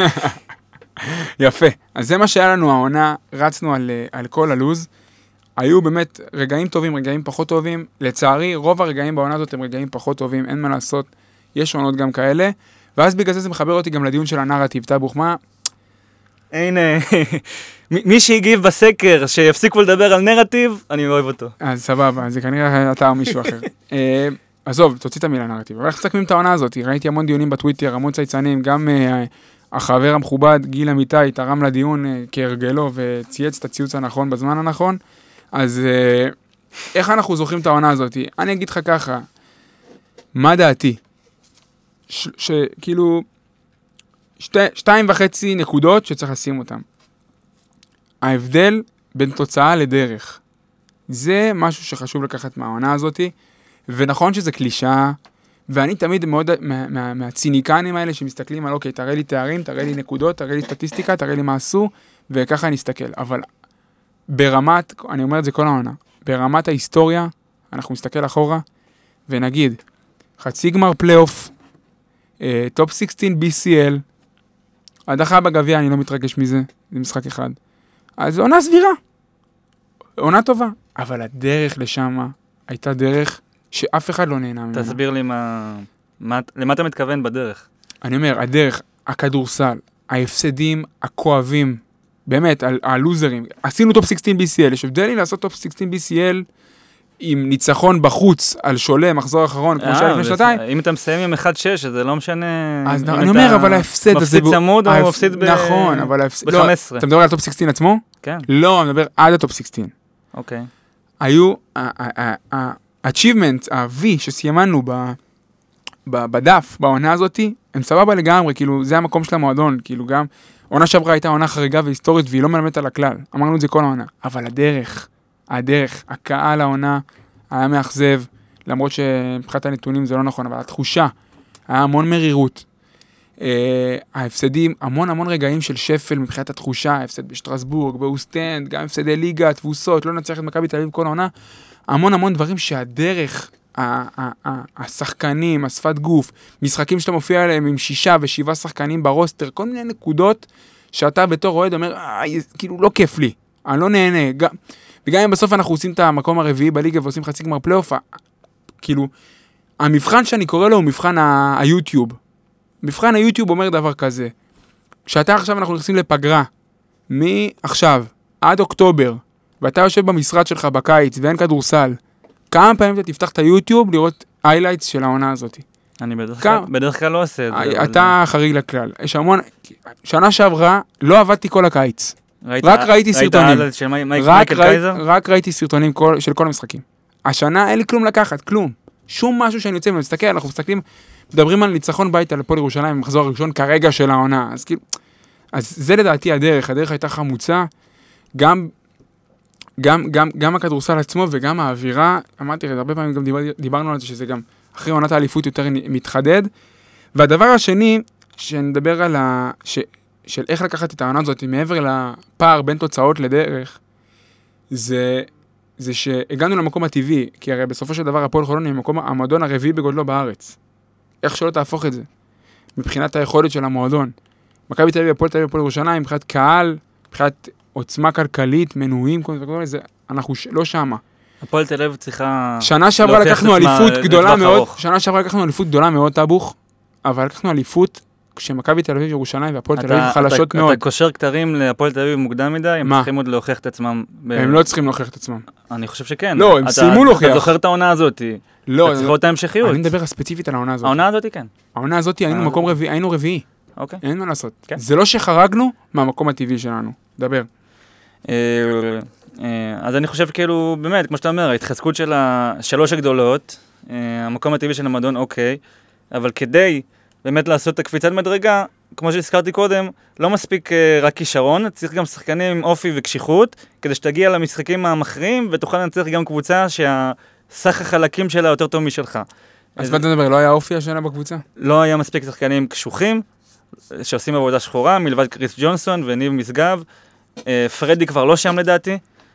יפה. אז זה מה שהיה לנו העונה, רצנו על כל הלוז. היו באמת רגעים טובים, רגעים פחות טובים. לצערי, רוב הרגעים בעונה הזאת הם רגעים פחות טובים, אין מה לעשות. יש עונות גם כאלה. ואז בגלל זה מחבר אותי גם לדיון של הנרטיב. טאבוך, מה? הנה, מי שהגיב בסקר שיפסיקו לדבר על נרטיב, אני אוהב אותו. אז סבבה, זה כנראה אתה או מישהו אחר. עזוב, תוציא את המילה נרטיב. אבל איך תסכמים את העונה הזאת? ראיתי המון דיונים בטוויטר, המון צייצנים, גם החבר המכובד, גיל אמיתי, תרם לדיון כהרגלו וצייץ את הציוץ הנכון בזמן הנכון. אז איך אנחנו זוכרים את העונה הזאת? אני אגיד לך ככה, מה דעתי? שכאילו 2.5 נקודות שצריך לשים אותם. ההבדל בין תוצאה לדרך. זה משהו שחשוב לקחת מהעונה הזאת, ונכון שזה קלישה, ואני תמיד מאוד מהציניקנים האלה שמסתכלים על אוקיי, תראה לי תארים, תראה לי נקודות, תראה לי סטטיסטיקה, תראה לי מה עשו, וככה אני אסתכל. אבל ברמת, אני אומר את זה כל העונה, ברמת ההיסטוריה, אנחנו נסתכל אחורה, ונגיד, חצי גמר פלייאוף, טופ 16 BCL, הדחה בגביע, אני לא מתרגש מזה, זה משחק אחד. אז זו עונה סבירה, עונה טובה, אבל הדרך לשם הייתה דרך שאף אחד לא נהנה ממנה. תסביר לי למה אתה מתכוון בדרך. אני אומר, הדרך, הכדורסל, ההפסדים הכואבים באמת, על הלוזרים. עשינו טופ 16 BCL, יש הבדל לי לעשות טופ 16 BCL עם ניצחון בחוץ על שולה, מחזור אחרון, כמו שהיה לפני שנתיים. אם אתה מסיים עם 1-6, אז זה לא משנה... אז אני אומר, אבל ההפסד הזה... מפסיד צמוד או מפסיד ב-15. נכון, אבל ההפסד... אתה מדבר על טופ 16 עצמו? כן. לא, אני מדבר עד הטופ 16. אוקיי. היו, ה-achievement, ה-V שסיימנו בדף, בעונה הזאת, הם סבבה לגמרי, כאילו, זה המקום של המועדון, כאילו גם, עונה שעברה הייתה עונה חריגה והיסטורית, והיא לא מלמדת על הכלל. אמרנו את זה כל העונה. אבל הדרך, הקהל העונה היה מאכזב, למרות שמבחינת הנתונים זה לא נכון, אבל התחושה, היה המון מרירות. ההפסדים, המון רגעים של שפל מבחינת התחושה, ההפסד בשטרסבורג, באוסטנד, גם הפסדי ליגה, תבוסות, לא נצליח את מכבי תל אביב כל העונה, המון דברים שהדרך, השחקנים, השפת גוף, משחקים שאתה מופיע עליהם עם 6 ו7 שחקנים ברוסטר, כל מיני נקודות שאתה בתור אוהד אומר, כאילו לא כיף לי, אני לא נהנה, וגם אם בסוף אנחנו עושים את המקום הרביעי בליגה ועושים חצי גמר פלייאוף, כאילו, המבחן שאני קורא לו הוא מבחן היוטיוב. מבחן היוטיוב אומר דבר כזה, כשאתה עכשיו אנחנו נכנסים לפגרה, מעכשיו עד אוקטובר, ואתה יושב במשרד שלך בקיץ ואין כדורסל, כמה פעמים אתה תפתח את היוטיוב לראות highlights של העונה הזאת? אני בדרך כלל לא עושה את זה. אתה חריג לכלל. יש המון, שנה שעברה לא עבדתי כל הקיץ. רק ראיתי סרטונים. רק ראיתי סרטונים של כל המשחקים. השנה אין לי כלום לקחת, כלום. שום משהו שאני יוצא ומסתכל, אנחנו מסתכלים, מדברים על ניצחון בית על הפועל ירושלים, במחזור הראשון כרגע של העונה. אז כאילו, אז זה לדעתי הדרך הייתה חמוצה, גם הכדורסל עצמו וגם האווירה, אמרתי, הרבה פעמים גם דיברנו על זה, שזה גם אחרי עונת האליפות יותר מתחדד. והדבר השני, שנדבר על של איך לקחת את העונה הזאת, מעבר לפער בין תוצאות לדרך, זה שהגענו למקום הטבעי, כי הרי בסופו של דבר הפועל חולון היא המועדון הרביעי בגודלו בארץ. איך שלא תהפוך את זה? מבחינת היכולת של המועדון. מכבי תל אביב, הפועל תל אביב, הפועל ירושלים, מבחינת קהל, מבחינת עוצמה כלכלית, מנויים, אנחנו לא שמה. הפועל תל אביב צריכה... שנה שעברה לקחנו אליפות גדולה מאוד, טבוך, אבל לקחנו אליפות כשמכבי תל אביב, ירושלים והפועל תל אביב חלשות מאוד. אתה קושר כתרים להפועל תל אביב מוקדם מדי, הם צריכים עוד להוכיח את עצמם. הם לא צריכים להוכיח את עצמם. אני חושב שכן. לא, הם סיימו להוכיח. אתה זוכר את העונה הזאת. לא, אתה צריך אותה המשכיות. אני מדבר ספציפית על העונה הזאת. העונה הזאת כן. העונה הזאת היינו מקום רביעי, היינו רביעי. אוקיי. אין מה לעשות. זה לא שחרגנו מהמקום הטבעי שלנו. דבר. אז אני חושב כאילו, באמת, כמו שאתה אומר, ההתחזקות של השלוש הגדולות, המקום הטבעי של המועדון, אוקיי, אבל כדי באמת לעשות את הקפיצת מדרגה, כמו שהזכרתי קודם, לא מספיק רק כישרון, צריך גם שחקנים עם אופי וקשיחות, כדי שתגיע למשחקים המכריעים, ותוכל לנצח גם קבוצה שהסך החלקים שלה יותר טוב משלך. אז מה אתה מדבר, לא היה אופי השנה בקבוצה? לא היה מספיק שחקנים קשוחים, שעושים עבודה שחורה, מלבד קריס ג'ונסון וניב משגב, פרדי כבר לא שם לדעתי,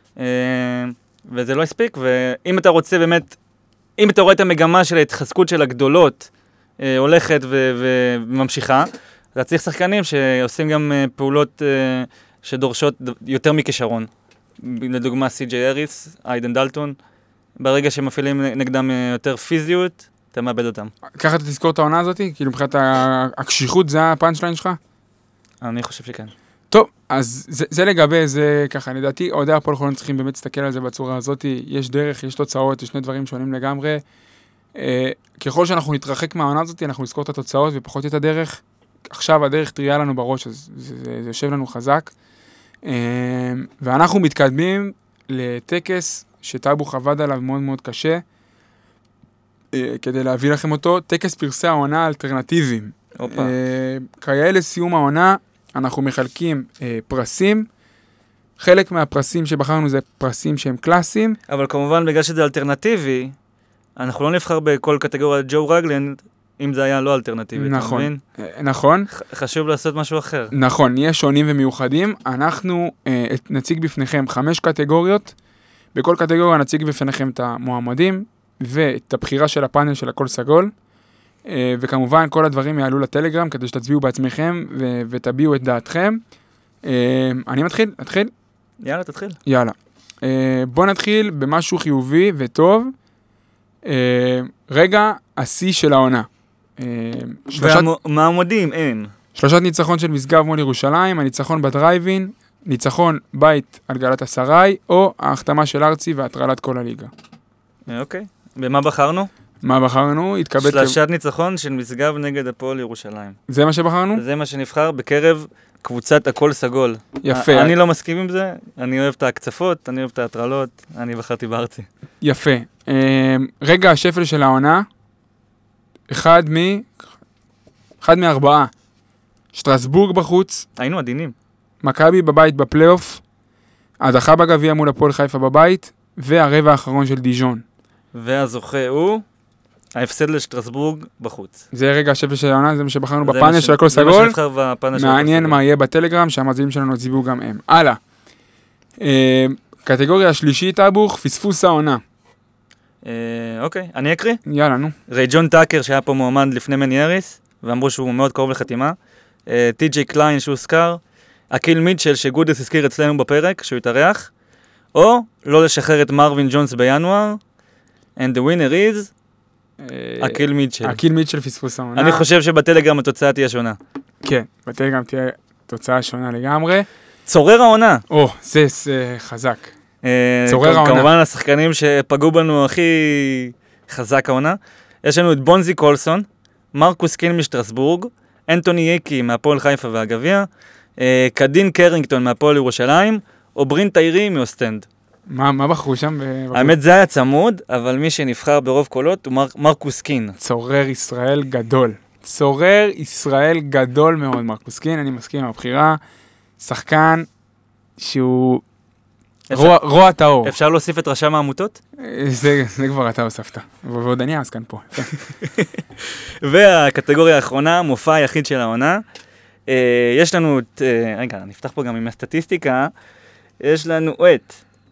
וזה לא הספיק, ואם אתה רוצה באמת, אם אתה רואה את המגמה של ההתחזקות של הגדולות, הולכת וממשיכה, אתה צריך שחקנים שעושים גם פעולות שדורשות יותר מכישרון. לדוגמה סי.ג'יי אריס, איידן דלטון, ברגע שמפעילים נגדם יותר פיזיות, אתה מאבד אותם. ככה אתה תזכור את העונה הזאת? כאילו מבחינת הקשיחות זה הפאנצ'ליין שלך? אני חושב שכן. טוב, אז זה לגבי, זה ככה, לדעתי, אוהדי הפועל חולון צריכים באמת להסתכל על זה בצורה הזאת, יש דרך, יש תוצאות, יש שני דברים שונים לגמרי. ככל שאנחנו נתרחק מהעונה הזאת, אנחנו נזכור את התוצאות ופחות את הדרך. עכשיו הדרך תראה לנו בראש, אז זה יושב לנו חזק. ואנחנו מתקדמים לטקס שטייבוך עבד עליו מאוד מאוד קשה, כדי להביא לכם אותו, טקס פרסי העונה האלטרנטיביים. כיאה לסיום העונה, אנחנו מחלקים פרסים, חלק מהפרסים שבחרנו זה פרסים שהם קלאסיים. אבל כמובן בגלל שזה אלטרנטיבי, אנחנו לא נבחר בכל קטגוריה ג'ו רגלנד, אם זה היה לא אלטרנטיבי, נכון, אתה מבין? נכון. חשוב לעשות משהו אחר. נכון, נהיה שונים ומיוחדים. אנחנו נציג בפניכם 5 קטגוריות, בכל קטגוריה נציג בפניכם את המועמדים, ואת הבחירה של הפאנל של הכל סגול, וכמובן כל הדברים יעלו לטלגרם, כדי שתצביעו בעצמכם ותביעו את דעתכם. אני נתחיל? יאללה, תתחיל. יאללה. בוא נתחיל במשהו חיובי וטוב. רגע, השיא של העונה. והמועמדים הם. 3 ניצחון של משגב מול ירושלים, הניצחון בדרייבין, ניצחון בית על גלת הסראי, או ההחתמה של ארצי והטרלת כל הליגה. אוקיי. במה בחרנו? מה בחרנו? התקבל... שלשת ניצחון של משגב נגד הפועל ירושלים. זה מה שבחרנו? זה מה שנבחר בקרב קבוצת הכל סגול. יפה. אני לא מסכים עם זה, אני אוהב את ההקצפות, אני אוהב את ההטרלות, אני בחרתי בארצי. יפה. רגע השפל של העונה, אחד מארבעה. שטרסבורג בחוץ, היינו עדינים. מכבי בבית בפלייאוף, הדחה בגביע מול הפועל חיפה בבית, והרבע האחרון של דיז'ון. והזוכה הוא ההפסד לשטרסבורג בחוץ. זה רגע השפל של העונה, זה מה שבחרנו בפאנל של הכל סגול. זה מה שנבחר בפאנל של הכל סגול. מעניין מה יהיה בטלגרם, שהמאזינים שלנו הצביעו גם הם. הלאה. קטגוריה השלישית, אבוך, פספוס העונה. אוקיי, אני אקריא? יאללה, נו. ג'ון טאקר שהיה פה מועמד לפני מני אריס, ואמרו שהוא מאוד קרוב לחתימה. טי.ג'יי קליין שהוזכר. אקיל מיטשל שגודס הזכיר אצלנו בפרק, שהוא התארח. או לא לשחרר את מרווין ג'ונס בינואר. And the winner is... אקיל מיטשל. אקיל מיטשל פספוס העונה. אני חושב שבטלגרם התוצאה תהיה שונה. כן, בטלגרם תהיה תוצאה שונה לגמרי. צורר העונה. או, זה חזק. צורר העונה. כמובן השחקנים שפגעו בנו הכי חזק העונה. יש לנו את בונזי קולסון, מרקוס קין משטרסבורג, אנטוני ייקי מהפועל חיפה והגביע, קדין קרינגטון מהפועל ירושלים, או ברין טיירי מאוסטנד. מה בחרו שם? האמת זה היה צמוד, אבל מי שנבחר ברוב קולות הוא מרקוס קין. צורר ישראל גדול. צורר ישראל גדול מאוד, מרקוס קין, אני מסכים עם הבחירה. שחקן שהוא רוע טהור. אפשר להוסיף את רשם העמותות? זה כבר אתה הוספת. ועוד אני אז כאן פה. והקטגוריה האחרונה, מופע היחיד של העונה. יש לנו את... רגע, נפתח פה גם עם הסטטיסטיקה. יש לנו את...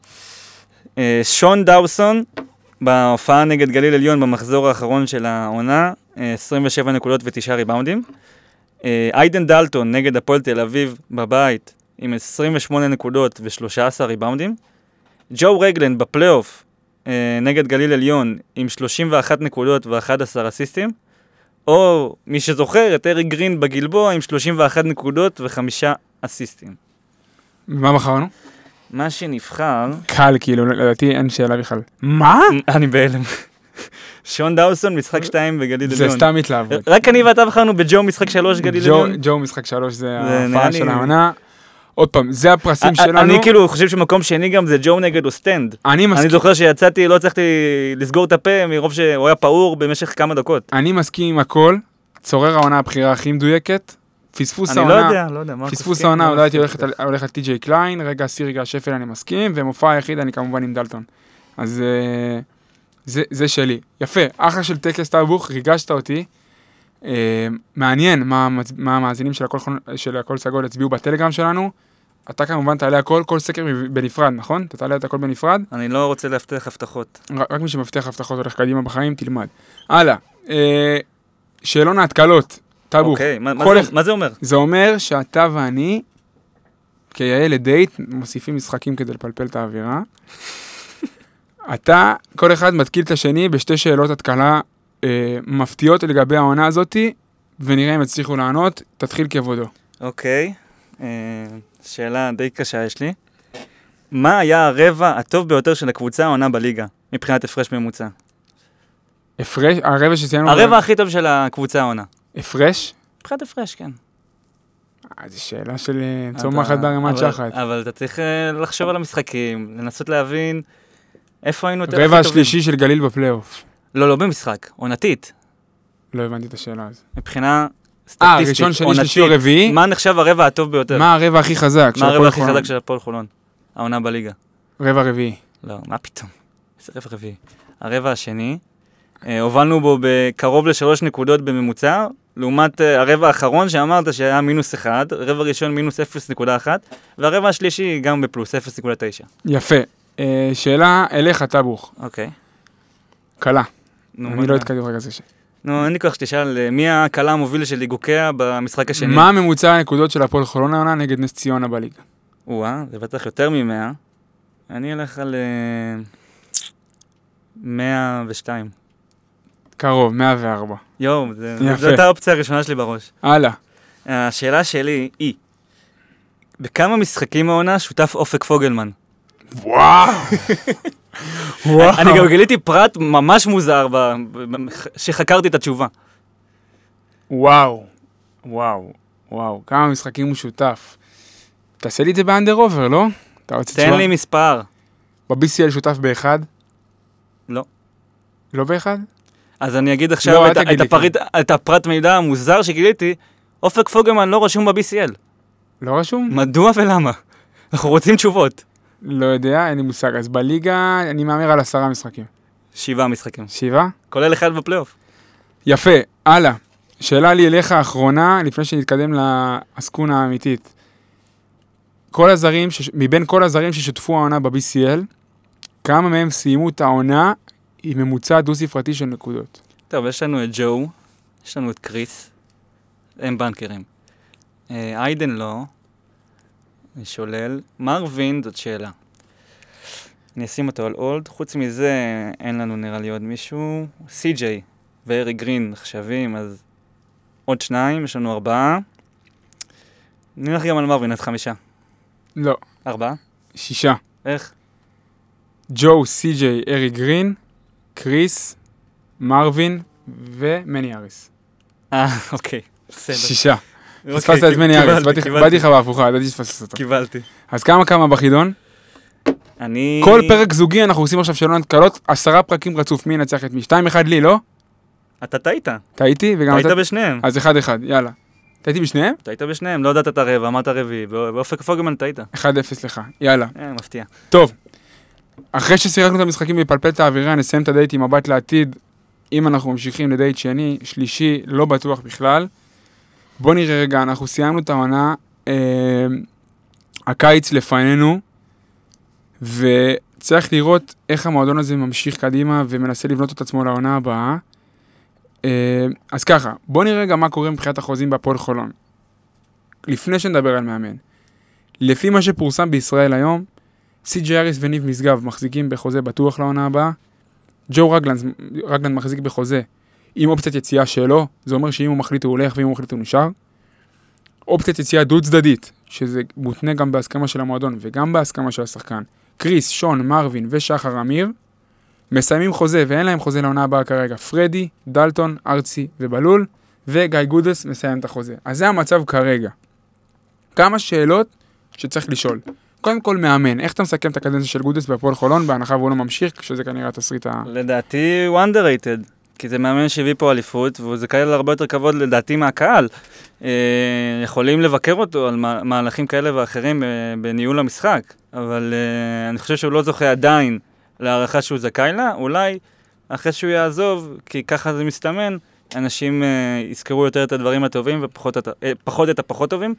שון דאוסון, בהופעה נגד גליל עליון במחזור האחרון של העונה, 27 נקודות ו9 ריבאונדים. איידן דלטון נגד הפועל תל אביב בבית, עם 28 נקודות ו13 ריבאונדים. ג'ו רגלנד בפלייאוף נגד גליל עליון, עם 31 נקודות ו11 אסיסטים. או מי שזוכר, את אריק גרין בגלבוע, עם 31 נקודות ו5 אסיסטים. מה בחרנו? מה שנבחר... קל, כאילו, לדעתי אין שאלה בכלל. מה? אני בהלם. שון דאוסון, משחק 2 בגליל עליון. זה סתם התלהבות. רק אני ואתה בחרנו בג'ו משחק 3 גליל עליון. ג'ו משחק 3 זה ההופעה של העונה. עוד פעם, זה הפרסים שלנו. אני כאילו חושב שמקום שני גם זה ג'ו נגד אוסטנד. אני זוכר שיצאתי, לא הצלחתי לסגור את הפה מרוב שהוא היה פעור במשך כמה דקות. אני מסכים עם הכל. צורר העונה הבחירה הכי מדויקת. פספוס העונה, אני לא יודע. פספוס העונה, אולי הייתי הולך על טי.ג'יי קליין, רגע השפל אני מסכים, ומופע היחיד אני כמובן עם דלטון. אז זה שלי. יפה, אחלה של טקס תאבוך, ריגשת אותי. מעניין מה המאזינים של הכל סגול הצביעו בטלגרם שלנו. אתה כמובן תעלה הכל, כל סקר בנפרד, נכון? אתה תעלה את הכל בנפרד? אני לא רוצה להבטיח הבטחות. רק מי שמבטיח הבטחות הולך קדימה בחיים, תלמד. הלאה, שאלון ההתקלות. אוקיי, מה זה אומר? זה אומר שאתה ואני, כיאה לדייט, מוסיפים משחקים כדי לפלפל את האווירה. אתה, כל אחד מתקיל את השני בשתי שאלות התקלה מפתיעות לגבי העונה הזאת, ונראה אם הצליחו לענות. תתחיל כבודו. אוקיי, שאלה די קשה יש לי. מה היה הרבע הטוב ביותר של הקבוצה העונה בליגה, מבחינת הפרש ממוצע? הפרש? הרבע שציינו... הרבע הכי טוב של הקבוצה העונה. הפרש? מבחינת הפרש, כן. זו שאלה של צומחת ברמת שחת. אבל אתה צריך לחשוב על המשחקים, לנסות להבין איפה היינו יותר... רבע השלישי של גליל בפלייאוף. לא במשחק, עונתית. לא הבנתי את השאלה הזו. מבחינה סטטיסטית, ראשון, שני, שלישי או רביעי? מה נחשב הרבע הטוב ביותר? מה הרבע הכי חזק? מה הרבע הכי חזק של הפועל חולון? העונה בליגה. רבע רביעי. לא, מה פתאום? איזה רבע רביעי? הרבע השני, הובלנו בו בקרוב ל3 נקודות בממוצע, לעומת הרבע האחרון שאמרת שהיה -1, רבע ראשון -0.1, והרבע השלישי גם בפלוס 0.9. יפה. שאלה אליך, תאבוך. אוקיי. קלה. אני לא אתקדם רגע זה ש... נו, אין לי כוח שתשאל, מי הקלה המוביל של ליגוקיה במשחק השני? מה ממוצע הנקודות של הפועל חולון העונה נגד נס ציונה בליגה? זה בטח יותר מ-100. אני אלך על 102. קרוב, 104. יואו, זו הייתה האופציה הראשונה שלי בראש. הלאה. השאלה שלי היא, בכמה משחקים העונה שותף אופק פוגלמן? וואו! אני גם גיליתי פרט ממש מוזר שחקרתי את התשובה. וואו, וואו, וואו, כמה משחקים הוא שותף. תעשה לי את זה באנדר אובר, לא? תן לי מספר. ב-BCL שותף באחד? לא. לא באחד? אז אני אגיד עכשיו את הפרט מידע המוזר שגיליתי, אופק פוגלמן לא רשום ב-BCL. לא רשום? מדוע ולמה? אנחנו רוצים תשובות. לא יודע, אין לי מושג. אז בליגה אני מאמר על 10 משחקים. 7 משחקים. 7? כולל אחד בפלייאוף. יפה, הלאה. שאלה לי אליך האחרונה, לפני שנתקדם לעסקונה האמיתית. מבין כל הזרים ששותפו העונה ב-BCL, כמה מהם סיימו את העונה עם ממוצע דו-ספרתי של נקודות? טוב, יש לנו את ג'ו, יש לנו את קריס, הם בנקרים. איידן לא, שולל. מרווין, זאת שאלה. אני אשים אותו על אולד. חוץ מזה, אין לנו נראה לי עוד מישהו. סי.ג'יי וארי גרין נחשבים, אז עוד 2, יש לנו 4. נלך גם על מרווין, אז 5. לא. 4? 6. איך? ג'ו, סי.ג'יי, ארי גרין, קריס, מרווין ומני אריס. אוקיי. 6. פספסת את מני אריס, באתי לך בהפוכה, ידעתי שתפסס אותו. קיבלתי. אז כמה בחידון? כל פרק זוגי אנחנו עושים עכשיו שאלות קלות, 10 פרקים רצוף, מי ינצח את מי? 2-1 לי, לא? אתה טעית. טעיתי? טעית בשניהם. אז 1-1, יאללה. טעיתי בשניהם? טעית בשניהם, לא יודעת את הרבע, אמרת רביעי, באופק פוגלמן טעית. 1-0 לך, יאללה. מפתיע. טוב, אחרי שסירקנו את המשחקים בפלפל את האווירה, נסיים את הדייט עם מבט לעתיד, אם אנחנו ממשיכים לדייט שני, שלישי, לא בטוח בכלל. בוא נראה רגע, אנחנו סיימנו את העונה, הקיץ לפנינו, וצריך לראות איך המועדון הזה ממשיך קדימה ומנסה לבנות את עצמו לעונה הבאה. אז ככה, בוא נראה רגע מה קורה מבחינת החוזים בהפועל חולון. לפני שנדבר על מאמן. לפי מה שפורסם בישראל היום, סי.ג'יי אריס וניב משגב מחזיקים בחוזה בטוח לעונה הבאה. ג'ו רגלנד מחזיק בחוזה עם אופציית יציאה שלו, זה אומר שאם הוא מחליט הוא הולך ואם הוא מחליט הוא נשאר. אופציית יציאה דו צדדית, שזה מותנה גם בהסכמה של המועדון וגם בהסכמה של השחקן. קריס, שון, מרווין ושחר אמיר מסיימים חוזה ואין להם חוזה לעונה הבאה כרגע. פרדי, דלטון, ארצי ובלול, וגיא גודס מסיים את החוזה. אז זה המצב כרגע. כמה שאלות שצריך לשאול. קודם כל מאמן, איך אתה מסכם את הקדנציה של גודס בהפועל חולון, בהנחה והוא לא ממשיך, כשזה כנראה התסריט לדעתי הוא underrated, כי זה מאמן שהביא פה אליפות, והוא זכאי הרבה יותר כבוד לדעתי מהקהל. יכולים לבקר אותו על מהלכים כאלה ואחרים בניהול המשחק, אבל אני חושב שהוא לא זוכה עדיין להערכה שהוא זכאי לה, אולי אחרי שהוא יעזוב, כי ככה זה מסתמן, אנשים יזכרו יותר את הדברים הטובים ופחות את הפחות טובים.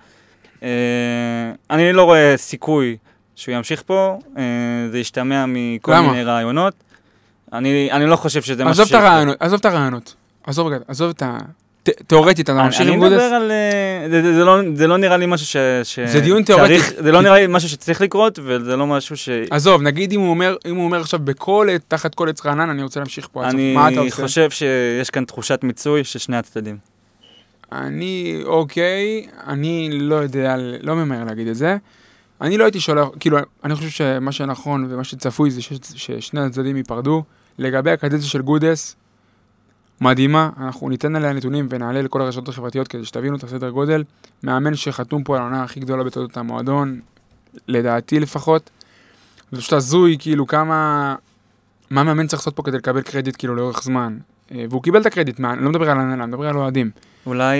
אני לא רואה סיכוי שהוא ימשיך פה, זה ישתמע מכל מיני רעיונות. אני לא חושב שזה מה ש... עזוב את הרעיונות, עזוב את ה... תיאורטית, אתה ממשיך עם גודס? אני מדבר על... זה לא נראה לי משהו זה דיון תיאורטי. זה לא נראה לי משהו שצריך לקרות, וזה לא משהו ש... עזוב, נגיד אם הוא אומר עכשיו תחת כל עץ רענן, אני רוצה להמשיך פה. אני חושב שיש כאן תחושת מיצוי של שני הצדדים. אני לא יודע, לא ממהר להגיד את זה. אני לא הייתי שולח, כאילו, אני חושב שמה שנכון ומה שצפוי זה ששני הצדדים ייפרדו. לגבי הקדנציה של גודס, מדהימה, אנחנו ניתן עליה נתונים ונעלה לכל הרשתות החברתיות כדי שתבינו את הסדר גודל. מאמן שחתום פה על העונה הכי גדולה בתולדות המועדון, לדעתי לפחות. זה פשוט הזוי, כאילו, מה מאמן צריך לעשות פה כדי לקבל קרדיט, כאילו, לאורך זמן. והוא קיבל את הקרדיט, אני לא מדבר על הנהלה, אני מדבר על אוהדים. אולי...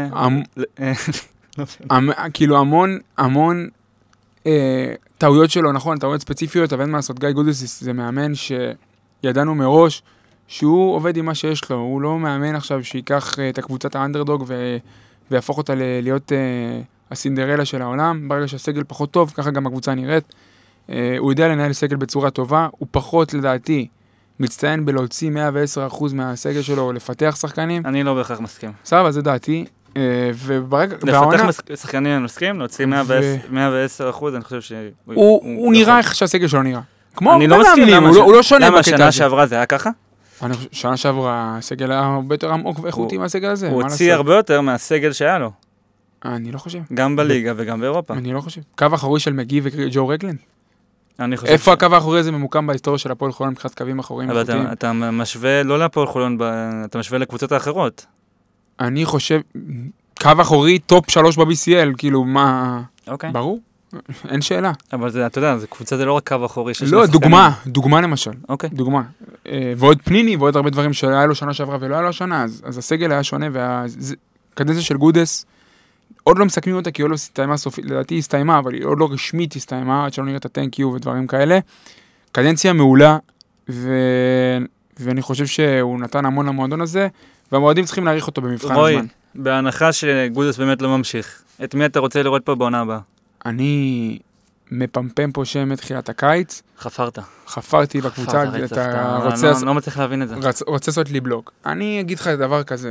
כאילו, המון טעויות שלו, נכון, טעויות ספציפיות, אבל אין מה לעשות, גיא גודס זה מאמן שידענו מראש שהוא עובד עם מה שיש לו, הוא לא מאמן עכשיו שיקח את הקבוצת האנדרדוג ויהפוך אותה להיות הסינדרלה של העולם, ברגע שהסגל פחות טוב, ככה גם הקבוצה נראית, הוא יודע לנהל סגל בצורה טובה, הוא פחות לדעתי מצטיין בלהוציא 110% מהסגל שלו, לפתח שחקנים. אני לא בהכרח מסכים. סבבה, זה דעתי. לפתח שחקנים אני מסכים, להוציא 110%, אני חושב ש... הוא נראה איך שהסגל שלו נראה. אני לא מסכים, הוא לא שונה בקטע הזה. למה שנה שעברה זה היה ככה? שנה שעברה הסגל היה הרבה יותר עמוק ואיכותי מהסגל הזה. הוא הוציא הרבה יותר מהסגל שהיה לו. אני לא חושב. גם בליגה וגם באירופה. אני לא חושב. קו אחורי של מגי וג'ו רגלנד. אני חושב איפה הקו האחורי הזה ממוקם בהיסטוריה של הפועל חולון מבחינת קווים אחוריים אבל איכותיים? אתה משווה לא להפועל חולון, אתה משווה לקבוצות האחרות. אני חושב, קו אחורי טופ 3 ב-BCL, כאילו מה... אוקיי. ברור, אין שאלה. אבל זה, אתה יודע, קבוצה זה לא רק קו אחורי של לא, דוגמה למשל. אוקיי. דוגמה. ועוד פניני ועוד הרבה דברים שהיה לו שנה שעברה ולא היה לו השנה, אז הסגל היה שונה, והקדנציה של גודס, עוד לא מסכמים אותה כי עוד לא הסתיימה סופית, לדעתי הסתיימה, אבל היא עוד לא רשמית הסתיימה, עד שלא נראה את ה-thank you ודברים כאלה. קדנציה מעולה, ואני חושב שהוא נתן המון למועדון הזה, והמועדים צריכים להעריך אותו במבחן הזמן. רוי, בהנחה שגודס באמת לא ממשיך, את מי אתה רוצה לראות פה בעונה הבאה? אני מפמפם פה שם מתחילת הקיץ. חפרתי בקבוצה, אתה לא מצליח להבין את זה. רוצה לעשות לי בלוג. אני אגיד לך דבר כזה.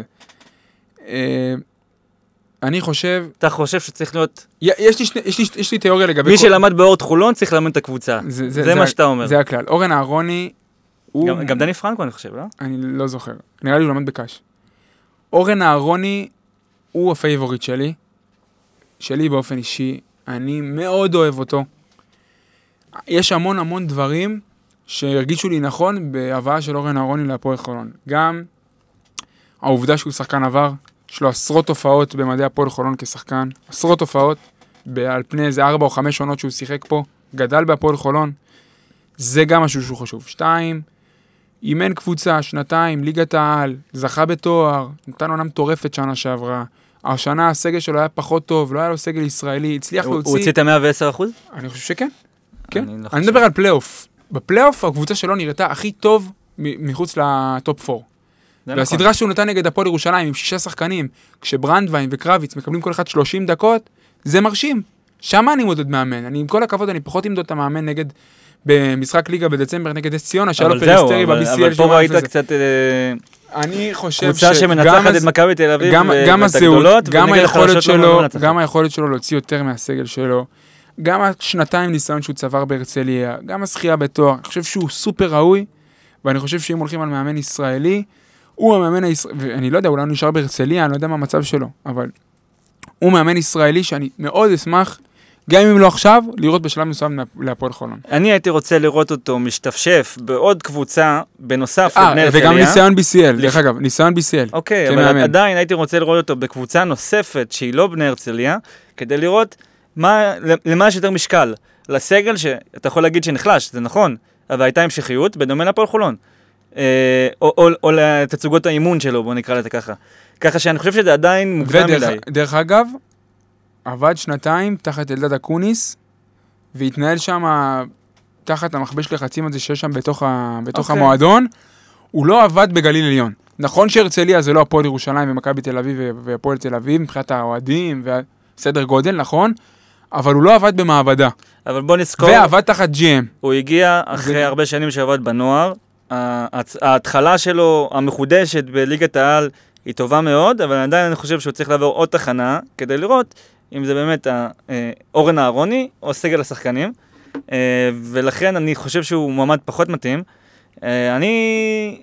אני חושב... אתה חושב שצריך להיות... יש לי תיאוריה לגבי... מי שלמד באורט חולון צריך לאמן את הקבוצה. זה מה שאתה אומר. זה הכלל. אורן אהרוני הוא... גם דני פרנקו אני חושב, לא? אני לא זוכר. נראה לי הוא למד בקש. אורן אהרוני הוא הפייבוריט שלי. שלי באופן אישי. אני מאוד אוהב אותו. יש המון דברים שהרגישו לי נכון בהבאה של אורן אהרוני להפועל חולון. גם העובדה שהוא שחקן עבר, יש לו עשרות הופעות במדעי הפועל חולון כשחקן, עשרות הופעות, על פני איזה 4 או 5 עונות שהוא שיחק פה, גדל בהפועל חולון, זה גם משהו שהוא חשוב. 2, אימן קבוצה, 2, ליגת העל, זכה בתואר, נתן עונה מטורפת שנה שעברה, השנה הסגל שלו היה פחות טוב, לא היה לו סגל ישראלי, הצליח להוציא... הוא הוציא את ה-110%? אני חושב שכן, כן. אני מדבר על פלייאוף. בפלייאוף הקבוצה שלו נראתה הכי טוב מחוץ לטופ 4. והסדרה שהוא נתן נגד הפועל ירושלים עם 6 שחקנים, כשברנדווין וקרביץ מקבלים כל אחד 30 דקות, זה מרשים. שמה אני מודד מאמן. עם כל הכבוד, אני פחות אמדוד את המאמן נגד, במשחק ליגה בדצמבר נגד אס ציונה, שהיה לו פריסטרי ב-BCL. אבל פה ראית קצת... אני חושב קבוצה שמנצחת את מכבי תל אביב ואת הגדולות, ונגד החלשות לא מנצחת. גם היכולת שלו להוציא יותר מהסגל שלו, גם השנתיים ניסיון שהוא צבר בהרצליה, גם הזכייה בתואר, אני חושב שהוא סופר ראוי, ואני חושב שאם הולכים על מאמן ישראלי, הוא המאמן הישראלי, ואני לא יודע, אולי הוא נשאר בהרצליה, אני לא יודע מה המצב שלו, אבל הוא מאמן ישראלי שאני מאוד אשמח, גם אם לא עכשיו, לראות בשלב מסוים להפועל חולון. אני הייתי רוצה לראות אותו משתפשף בעוד קבוצה, בנוסף לבני הרצליה. וגם ניסיון BCL, דרך אגב, ניסיון BCL. אוקיי, אבל עדיין הייתי רוצה לראות אותו בקבוצה נוספת, שהיא לא בני הרצליה, כדי לראות למה יש יותר משקל. לסגל שאתה יכול להגיד שנחלש, זה נכון, אבל הייתה המשכיות, בדומה להפועל חולון. או לתצוגות האימון שלו, בוא נקרא לזה ככה. ככה שאני חושב שזה עדיין מוקדם מדי. דרך אגב, עבד 2 תחת אלדד אקוניס, והתנהל שם תחת המכבש לחצים הזה שיש שם בתוך המועדון. הוא לא עבד בגליל עליון. נכון שהרצליה זה לא הפועל ירושלים ומכבי תל אביב והפועל תל אביב, מבחינת האוהדים והסדר גודל, נכון? אבל הוא לא עבד במעבדה. אבל בוא נזכור... ועבד תחת GM. הוא הגיע אחרי הרבה שנים שעבד בנוער. ההתחלה שלו, המחודשת בליגת העל, היא טובה מאוד, אבל עדיין אני חושב שהוא צריך לעבור עוד תחנה, כדי לראות אם זה באמת אורן אהרוני או סגל השחקנים, ולכן אני חושב שהוא מועמד פחות מתאים. אני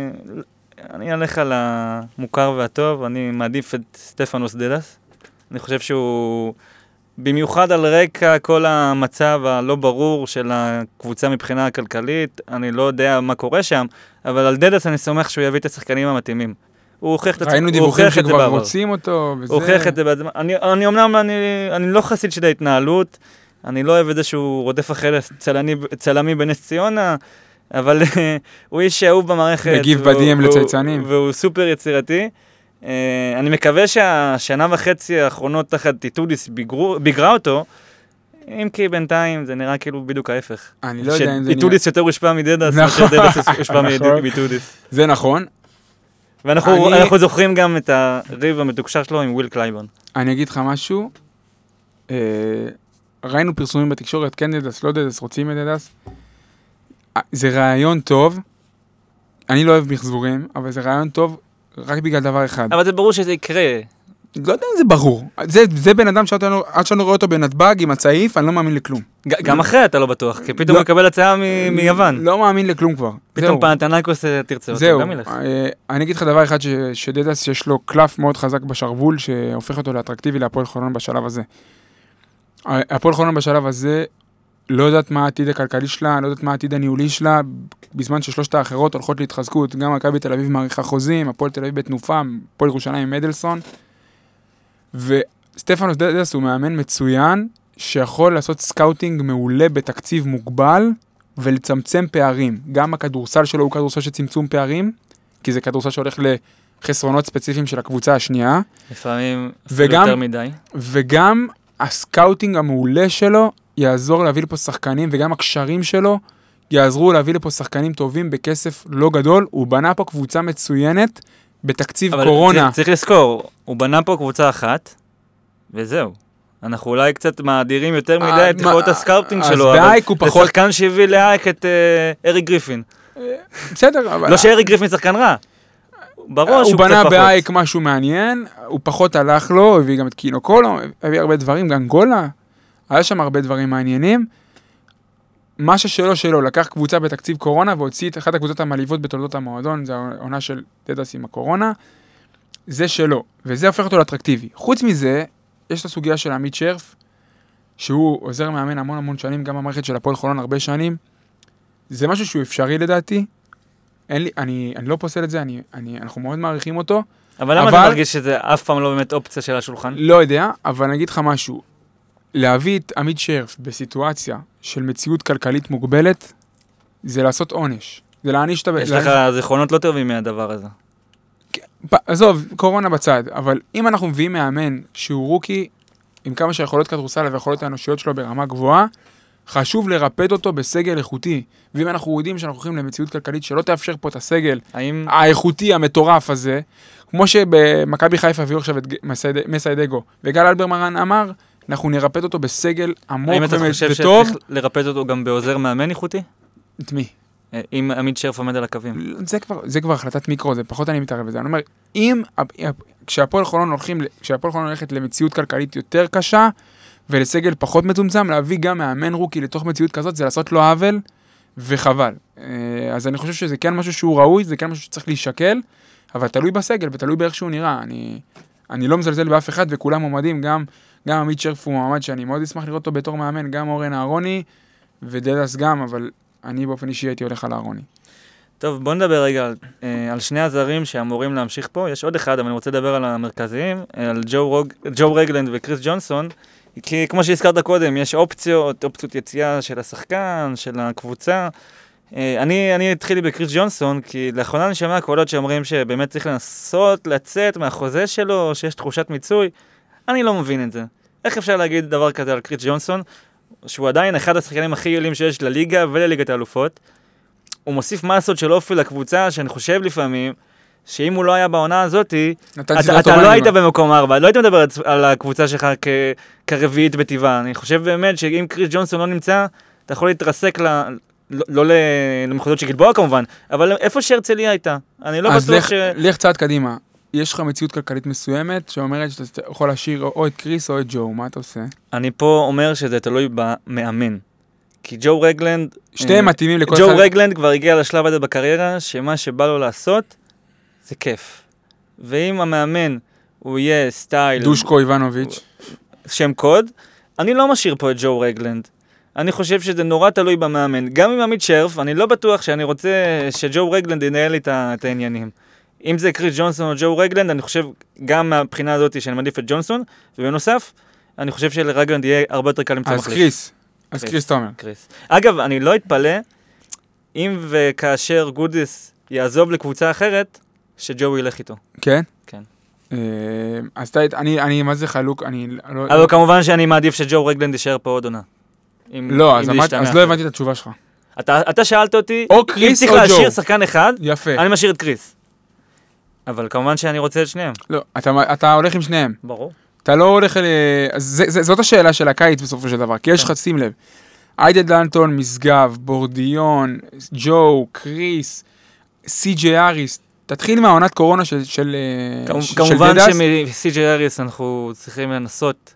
אלך על המוכר והטוב, אני מעדיף את סטפנוס דדס. אני חושב שהוא, במיוחד על רקע כל המצב הלא ברור של הקבוצה מבחינה הכלכלית, אני לא יודע מה קורה שם, אבל על דדס אני סומך שהוא יביא את השחקנים המתאימים. הוא הוכיח את זה בעבר. ראינו דיווחים שכבר רוצים אותו, וזה... הוא הוכיח את זה בעבר. אני לא חסיד של ההתנהלות, אני לא אוהב את זה שהוא רודף אחרי צלמי בנס ציונה, אבל הוא איש שאהוב במערכת. מגיב בדים לצייצנים. והוא סופר יצירתי. אני מקווה שהשנה וחצי האחרונות תחת טיטודיס ביגרה אותו, אם כי בינתיים זה נראה כאילו בדיוק ההפך. אני לא יודע אם זה נראה... טיטודיס יותר הושפע מדדס, מאשר דדס הושפע מטיטודיס. זה נכון. ואנחנו זוכרים גם את הריב המתוקשר שלו עם וויל קלייברן. אני אגיד לך משהו, ראינו פרסומים בתקשורת, כן דדס, לא דדס, רוצים את דדס. זה רעיון טוב, אני לא אוהב מחזורים, אבל זה רעיון טוב רק בגלל דבר אחד. אבל זה ברור שזה יקרה. לא יודע אם זה ברור. זה בן אדם שעד שאני רואה אותו בנתב"ג עם הצעיף, אני לא מאמין לכלום. גם אחרי אתה לא בטוח, כי פתאום הוא יקבל הצעה מיוון. לא מאמין לכלום כבר. פתאום פנתנייקוס תרצה אותו, זהו, גם ילך. אני אגיד לך דבר אחד, שדדס יש לו קלף מאוד חזק בשרוול, שהופך אותו לאטרקטיבי להפועל חולון בשלב הזה. הפועל חולון בשלב הזה, לא יודעת מה העתיד הכלכלי שלה, לא יודעת מה העתיד הניהולי שלה, בזמן ששלושת האחרות הולכות להתחזקות, גם מכבי תל אביב מעריכה חוזים, הפועל תל אביב בתנופה, הפועל ירושלים עם מדלסון, וסטפנוס דדס הוא מאמן מצוין, שיכול לעשות סקאוטינג מעולה בתקציב מוגבל, ולצמצם פערים. גם הכדורסל שלו הוא כדורסל שצמצום פערים, כי זה כדורסל שהולך לחסרונות ספציפיים של הקבוצה השנייה. לפעמים אפילו יותר מדי. וגם הסקאוטינג המעולה שלו יעזור להביא לפה שחקנים, וגם הקשרים שלו יעזרו להביא לפה שחקנים טובים בכסף לא גדול. הוא בנה פה קבוצה מצוינת בתקציב קורונה. אבל צריך לזכור, הוא בנה פה קבוצה אחת, וזהו. אנחנו אולי קצת מאדירים יותר מדי את יכולות הסקאוטינג שלו, אבל זה שחקן שהביא לאייק את אריק גריפין. בסדר, אבל... לא שאריק גריפין שחקן רע. בראש הוא קצת פחות. הוא בנה באייק משהו מעניין, הוא פחות הלך לו, הביא גם את קינו קולו, הביא הרבה דברים, גם גולה, היה שם הרבה דברים מעניינים. מה שלו, לקח קבוצה בתקציב קורונה, והוציא את אחת הקבוצות המעליבות בתולדות המועדון, זה העונה של דדס עם הקורונה, זה שלו, וזה הופך אותו לאטרקטיבי. חוץ מזה, יש את הסוגיה של עמית שרף, שהוא עוזר מאמן המון שנים, גם במערכת של הפועל חולון הרבה שנים. זה משהו שהוא אפשרי לדעתי. אני לא פוסל את זה, אנחנו מאוד מעריכים אותו. אבל למה אתה מרגיש שזה אף פעם לא באמת אופציה של השולחן? לא יודע, אבל אני אגיד לך משהו. להביא את עמית שרף בסיטואציה של מציאות כלכלית מוגבלת, זה לעשות עונש. זה להעניש את... יש לך זיכרונות לא טובים מהדבר הזה. עזוב, קורונה בצד, אבל אם אנחנו מביאים מאמן שהוא רוקי, עם כמה שיכולות כדורסל ויכולות האנושיות שלו ברמה גבוהה, חשוב לרפד אותו בסגל איכותי. ואם אנחנו יודעים שאנחנו הולכים למציאות כלכלית שלא תאפשר פה את הסגל האיכותי המטורף הזה, כמו שבמכבי חיפה הביאו עכשיו את מסיידגו, וגל אלברמן אמר, אנחנו נרפד אותו בסגל עמוק וטוב. האם אתה חושב שצריך לרפד אותו גם בעוזר מאמן איכותי? את מי? אם עמית שרף עומד על הקווים. זה כבר החלטת מיקרו, זה פחות אני מתערב בזה. אני אומר, כשהפועל חולון הולכת למציאות כלכלית יותר קשה, ולסגל פחות מצומצם, להביא גם מאמן רוקי לתוך מציאות כזאת, זה לעשות לו עוול, וחבל. אז אני חושב שזה כן משהו שהוא ראוי, זה כן משהו שצריך להישקל, אבל תלוי בסגל ותלוי באיך שהוא נראה. אני לא מזלזל באף אחד, וכולם מועמדים, גם עמית שרף הוא מועמד שאני מאוד אשמח לראות אותו בתור מאמן, גם אורן אהרוני, ודדס גם, אבל אני באופן אישי הייתי הולך על אהרוני. טוב, בוא נדבר רגע על שני הזרים שאמורים להמשיך פה. יש עוד אחד, אבל אני רוצה לדבר על המרכזיים, על ג'ו רגלנד וקריס ג'ונסון, כי כמו שהזכרת קודם, יש אופציות יציאה של השחקן, של הקבוצה. אני התחילי בקריס ג'ונסון, כי לאחרונה אני שומע קולות שאומרים שבאמת צריך לנסות לצאת מהחוזה שלו, שיש תחושת מיצוי. אני לא מבין את זה. איך אפשר להגיד דבר כזה על קריס ג'ונסון, שהוא עדיין אחד השחקנים הכי יעילים שיש לליגה ולליגת האלופות. הוא מוסיף מסות של אופי לקבוצה, שאני חושב לפעמים, שאם הוא לא היה בעונה הזאת, אתה לא היית במקום 4, לא היית מדבר על הקבוצה שלך כרביעית בטבעה. אני חושב באמת שאם קריס ג'ונסון לא נמצא, אתה יכול להתרסק לא למחוזות של גלבוע כמובן, אבל איפה שהרצליה הייתה? אני לא בטוח אז לך צעד קדימה. יש לך מציאות כלכלית מסוימת שאומרת שאתה יכול להשאיר או את קריס או את ג'ו, מה אתה עושה? אני פה אומר שזה תלוי במאמן. כי ג'ו רגלנד... שתיהם מתאימים לכל... ג'ו רגלנד כבר הגיע לשלב הזה בקריירה, שמה שבא לו לעשות, זה כיף. ואם המאמן הוא יהיה סטייל... דושקו איבנוביץ'. שם קוד, אני לא משאיר פה את ג'ו רגלנד. אני חושב שזה נורא תלוי במאמן. גם עם עמית שרף, אני לא בטוח שאני רוצה שג'ו רגלנד ינהל לי את העניינים. אם זה קריס ג'ונסון או ג'ו רגלנד, אני חושב גם מהבחינה הזאת שאני מעדיף את ג'ונסון, ובנוסף, אני חושב שלרגלנד יהיה הרבה יותר קל למצוא מחליף. אז קריס תומר. אגב, אני לא אתפלא, אם וכאשר גודיס יעזוב לקבוצה אחרת, שג'ו ילך איתו. כן? כן. אז אני מה זה חלוק, אבל כמובן שאני מעדיף שג'ו רגלנד יישאר פה עוד עונה. לא, אז לא הבנתי את התשובה שלך. אתה שאלת אותי, אם צריך להשאיר שחקן אחד, יפה. אני משאיר את קריס. אבל כמובן שאני רוצה את שניהם. לא, אתה הולך עם שניהם. ברור. אתה לא הולך זאת השאלה של הקיץ בסופו של דבר, כי יש לך, שים לב, איידה דנטון, משגב, בורדיון, ג'ו, קריס, סי.ג'יי אריס, תתחיל מהעונת קורונה של דדס. כמובן שמסי.ג'יי אריס אנחנו צריכים לנסות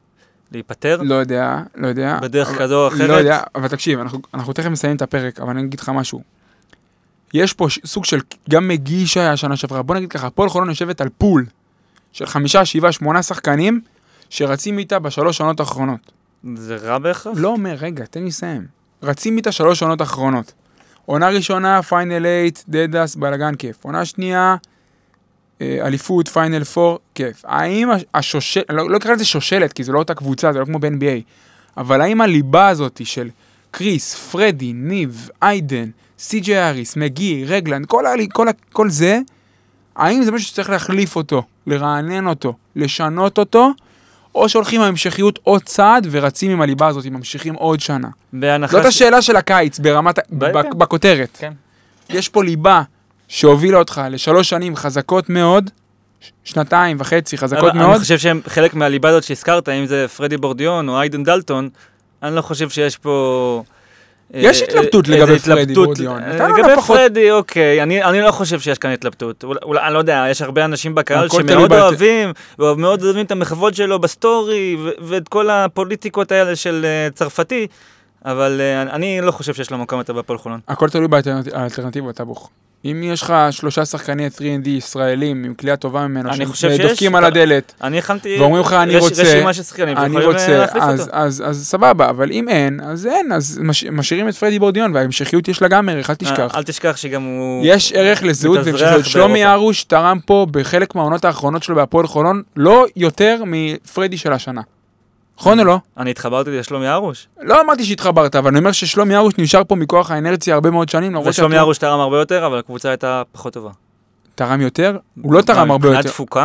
להיפטר? לא יודע. בדרך כזו או אחרת? לא יודע, אבל תקשיב, אנחנו תכף מסיים את הפרק, אבל אני אגיד לך משהו. יש פה סוג של, גם מגיש היה שנה שעברה, בוא נגיד ככה, הפועל חולון יושבת על פול של 5, 7, 8 שחקנים שרצים איתהh3 עונות האחרונות. זה רע בהכרח? לא אומר, רגע, תן לי לסיים. רצים איתה 3 עונות האחרונות. עונה ראשונה, פיינל 8, דדס, בלגן, כיף. עונה שנייה, אליפות, פיינל 4, כיף. האם השושלת, לא קרא לזה שושלת, כי זה לא אותה קבוצה, זה לא כמו ב-NBA, אבל האם הליבה הזאת של קריס, פרדי, ניב, איידן, סי.ג'יי אריס, מגי, רגלן, כל זה, האם זה משהו שצריך להחליף אותו, לרענן אותו, לשנות אותו, או שהולכים ההמשכיות עוד צעד ורצים עם הליבה הזאת, ממשיכים עוד שנה. זאת השאלה של הקיץ, בכותרת. כן. יש פה ליבה שהובילה אותך ל3 שנים חזקות מאוד, 2.5 חזקות מאוד. אני חושב שהם חלק מהליבה הזאת שהזכרת, אם זה פרדי בורדיון או איידן דלטון, אני לא חושב שיש פה... יש התלבטות לגבי פרדי בורדיון. לגבי פרדי, אוקיי, אני לא חושב שיש כאן התלבטות. אולי, אני לא יודע, יש הרבה אנשים בקהל שמאוד אוהבים, ומאוד אוהבים את המחוות שלו בסטורי, ואת כל הפוליטיקות האלה של צרפתי, אבל אני לא חושב שיש לו מקום יותר בהפועל חולון. הכל תלוי באלטרנטיבות, אבוך. אם יש לך 3 שחקני 3&D ישראלים עם כלייה טובה ממנו, שדופקים על הדלת, ואומרים לך אני רוצה, אז סבבה, אבל אם אין, אז משאירים את פרדי בורדיון, וההמשכיות יש לה גם ערך, אל תשכח. אל תשכח שגם הוא... יש ערך לזהות והמשכיות. שלומי ארוש תרם פה בחלק מהעונות האחרונות שלו בהפועל חולון, לא יותר מפרדי של השנה. נכון או לא? אני התחברתי לשלומי ארוש. לא אמרתי שהתחברת, אבל אני אומר ששלומי ארוש נשאר פה מכוח האנרציה הרבה מאוד שנים. ושלומי ארוש תרם הרבה יותר, אבל הקבוצה הייתה פחות טובה. תרם יותר? הוא לא תרם הרבה יותר. מבחינת תפוקה?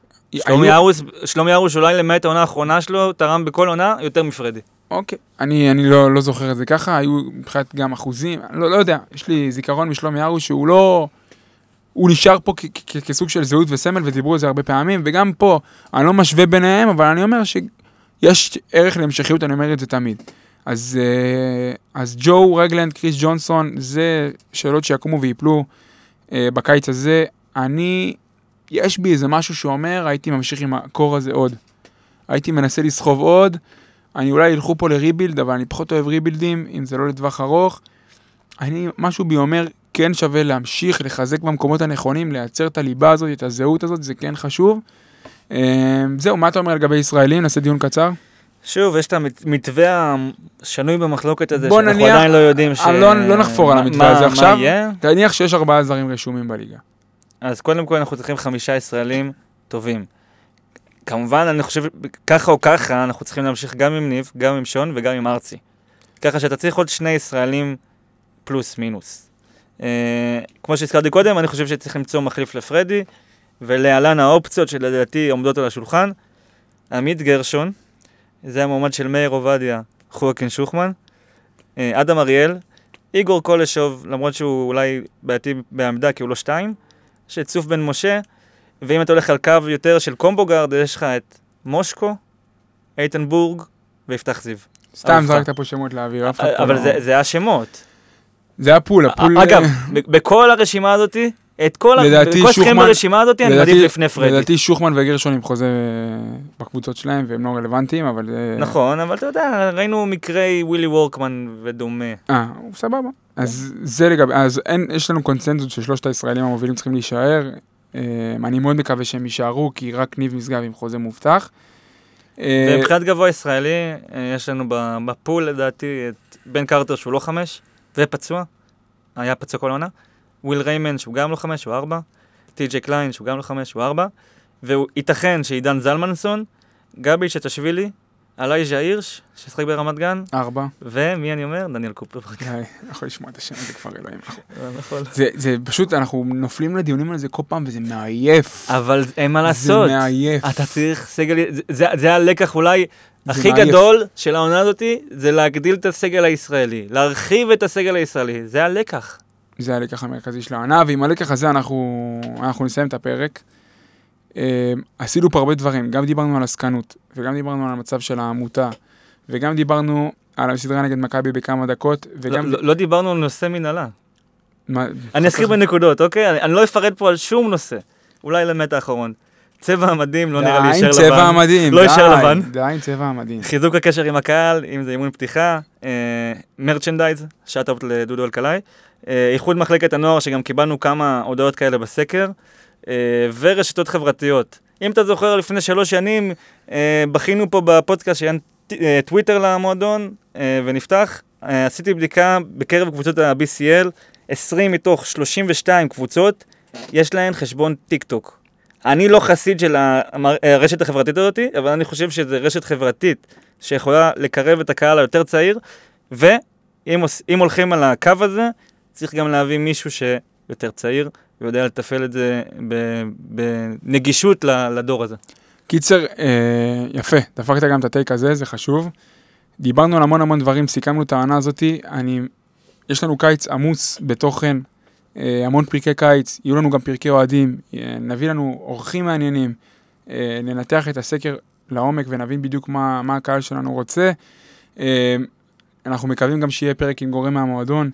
שלומי ארוש אולי למעט העונה האחרונה שלו, תרם בכל עונה יותר מפרדי. אוקיי. אני לא זוכר את זה ככה, היו מבחינת גם אחוזים, לא יודע, יש לי זיכרון משלומי ארוש שהוא לא... הוא נשאר פה כסוג של זהות וסמל, ודיברו על זה הרבה פעמים, וגם פה, אני לא משווה ביניהם, אבל אני אומר יש ערך להמשכיות, אני אומר את זה תמיד. אז ג'ו, רגלנד, קריס ג'ונסון, זה שאלות שיקומו ויפלו בקיץ הזה. יש בי איזה משהו שאומר, הייתי ממשיך עם הקור הזה עוד. הייתי מנסה לסחוב עוד, אני אולי ילכו פה לריבילד, אבל אני פחות אוהב ריבילדים, אם זה לא לטווח ארוך. משהו בי אומר, כן שווה להמשיך, לחזק במקומות הנכונים, לייצר את הליבה הזאת, את הזהות הזאת, זה כן חשוב. זהו, מה אתה אומר לגבי ישראלים? נעשה דיון קצר. שוב, יש את המתווה השנוי במחלוקת הזה, שאנחנו עדיין לא יודעים לא נחפור על המתווה הזה עכשיו. תניח שיש 4 זרים רשומים בליגה. אז קודם כל אנחנו צריכים 5 ישראלים טובים. כמובן, אני חושב, ככה או ככה, אנחנו צריכים להמשיך גם עם ניב, גם עם שון וגם עם ארצי. ככה שאתה צריך עוד 2 ישראלים פלוס מינוס. כמו שהזכרתי קודם, אני חושב שצריך למצוא מחליף לפרדי, ולהלן האופציות שלדעתי עומדות על השולחן. עמית גרשון, זה המועמד של מאיר עובדיה, חואקין שוחמן, אדם אריאל, איגור קולשוב, למרות שהוא אולי בעייתי בעמדה כי הוא לא 2, שצוף בן משה, ואם אתה הולך על קו יותר של קומבוגרד, יש לך את מושקו, איתן בורג ויפתח זיו. סתם זרקת פה שמות לאוויר. אבל זה השמות. זה הפול. אגב, בכל הרשימה הזאת, כל שכם ברשימה הזאת, אני מעדיף לפני פרדי. לדעתי שוחמן וגרשון עם חוזה בקבוצות שלהם, והם לא רלוונטיים, אבל... נכון, אבל אתה יודע, ראינו מקרי ווילי וורקמן ודומה. הוא סבבה. אז זה לגבי, אז יש לנו קונצנזוס של 3 הישראלים המובילים צריכים להישאר. אני מאוד מקווה שהם יישארו, כי רק ניב משגב עם חוזה מובטח. ובחיית גבוה ישראלי, יש לנו בפול, לדעתי, את בן קרטר שהוא לא 5, ופצוע. היה פצוע כל עונה. וויל ריימן, שהוא גם לא 5, הוא 4. טי.ג'יי קליין, שהוא גם לא 5, הוא 4. והוא ייתכן שעידן זלמנסון, גבי שטשווילי, אלייז'ה הירש, ששחק ברמת גן. 4. ומי אני אומר? דניאל קופר. יכול לשמוע את השם, זה כבר אלוהים. זה פשוט, אנחנו נופלים לדיונים על זה כל פעם, וזה מעייף. אבל אין מה לעשות. זה מעייף. אתה צריך סגל... זה הלקח אולי הכי גדול של העונה הזאת, זה להגדיל את הסגל הישראלי. להרחיב את הסגל הישראלי. זה הלקח. זה הלקח המרכזי של העונה, ועם הלקח הזה אנחנו נסיים את הפרק. עשינו פה הרבה דברים, גם דיברנו על הסקנות, וגם דיברנו על המצב של העמותה, וגם דיברנו על הסדרה נגד מכבי בכמה דקות, וגם... לא דיברנו על נושא מנהלה. אני אזכיר בנקודות, אוקיי? אני לא אפרד פה על שום נושא, אולי למט האחרון. צבע המדים לא נראה לי יישאר לבן. די עם צבע המדים. לא יישאר לבן. די עם צבע המדים. חיזוק הקשר עם הקהל, אם זה אימון פתיחה, מרצ'נדייז, שאט-אאוט לדודו אלקלעי, איחוד מחלקת הנוער, שגם קיבלנו כמה הודעות כאלה בסקר, ורשתות חברתיות. אם אתה זוכר, לפני 3 שנים, בכינו פה בפודקאסט שאין טוויטר למועדון, ונפתח. עשיתי בדיקה בקרב קבוצות ה-BCL, 20 מתוך 32 קבוצות, יש להן חשבון טיק טוק. אני לא חסיד של הרשת החברתית הזאת, אבל אני חושב שזו רשת חברתית שיכולה לקרב את הקהל היותר צעיר, ואם הולכים על הקו הזה, צריך גם להביא מישהו שיותר צעיר, ויודע לתפעל את זה בנגישות לדור הזה. קיצר, יפה, דפקת גם את הטייק הזה, זה חשוב. דיברנו על המון דברים, סיכמנו את העונה הזאת, יש לנו קיץ עמוס בתוכן, המון פרקי קיץ, יהיו לנו גם פרקי אוהדים, נביא לנו אורחים מעניינים, ננתח את הסקר לעומק ונבין בדיוק מה הקהל שלנו רוצה. אנחנו מקווים גם שיהיה פרק עם גורם מהמועדון,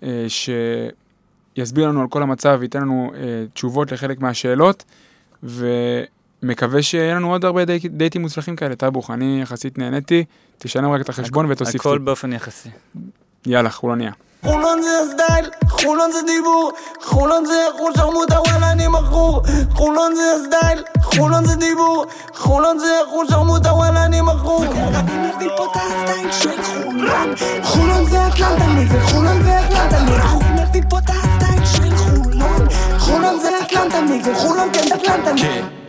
שיסביר לנו על כל המצב וייתן לנו תשובות לחלק מהשאלות, ומקווה שיהיה לנו עוד הרבה דייטים מוצלחים כאלה. טאבוך, אני יחסית נהניתי, תשלם רק את החשבון ותוסיף. הכל באופן יחסי. יאללה, חולוניה. חולון זה הסטייל, חולון זה דיבור, חולון זה חוש שרמוטה וואלה אני מכור. חולון זה הסטייל, חולון זה דיבור, חולון זה חוש שרמוטה וואלה אני מכור. אני מביא פה את הסטייל של חולון, חולון זה אטלנטני וחולון זה אטלנטני. אני מביא פה את הסטייל של חולון, חולון זה אטלנטני וחולון כן אטלנטני.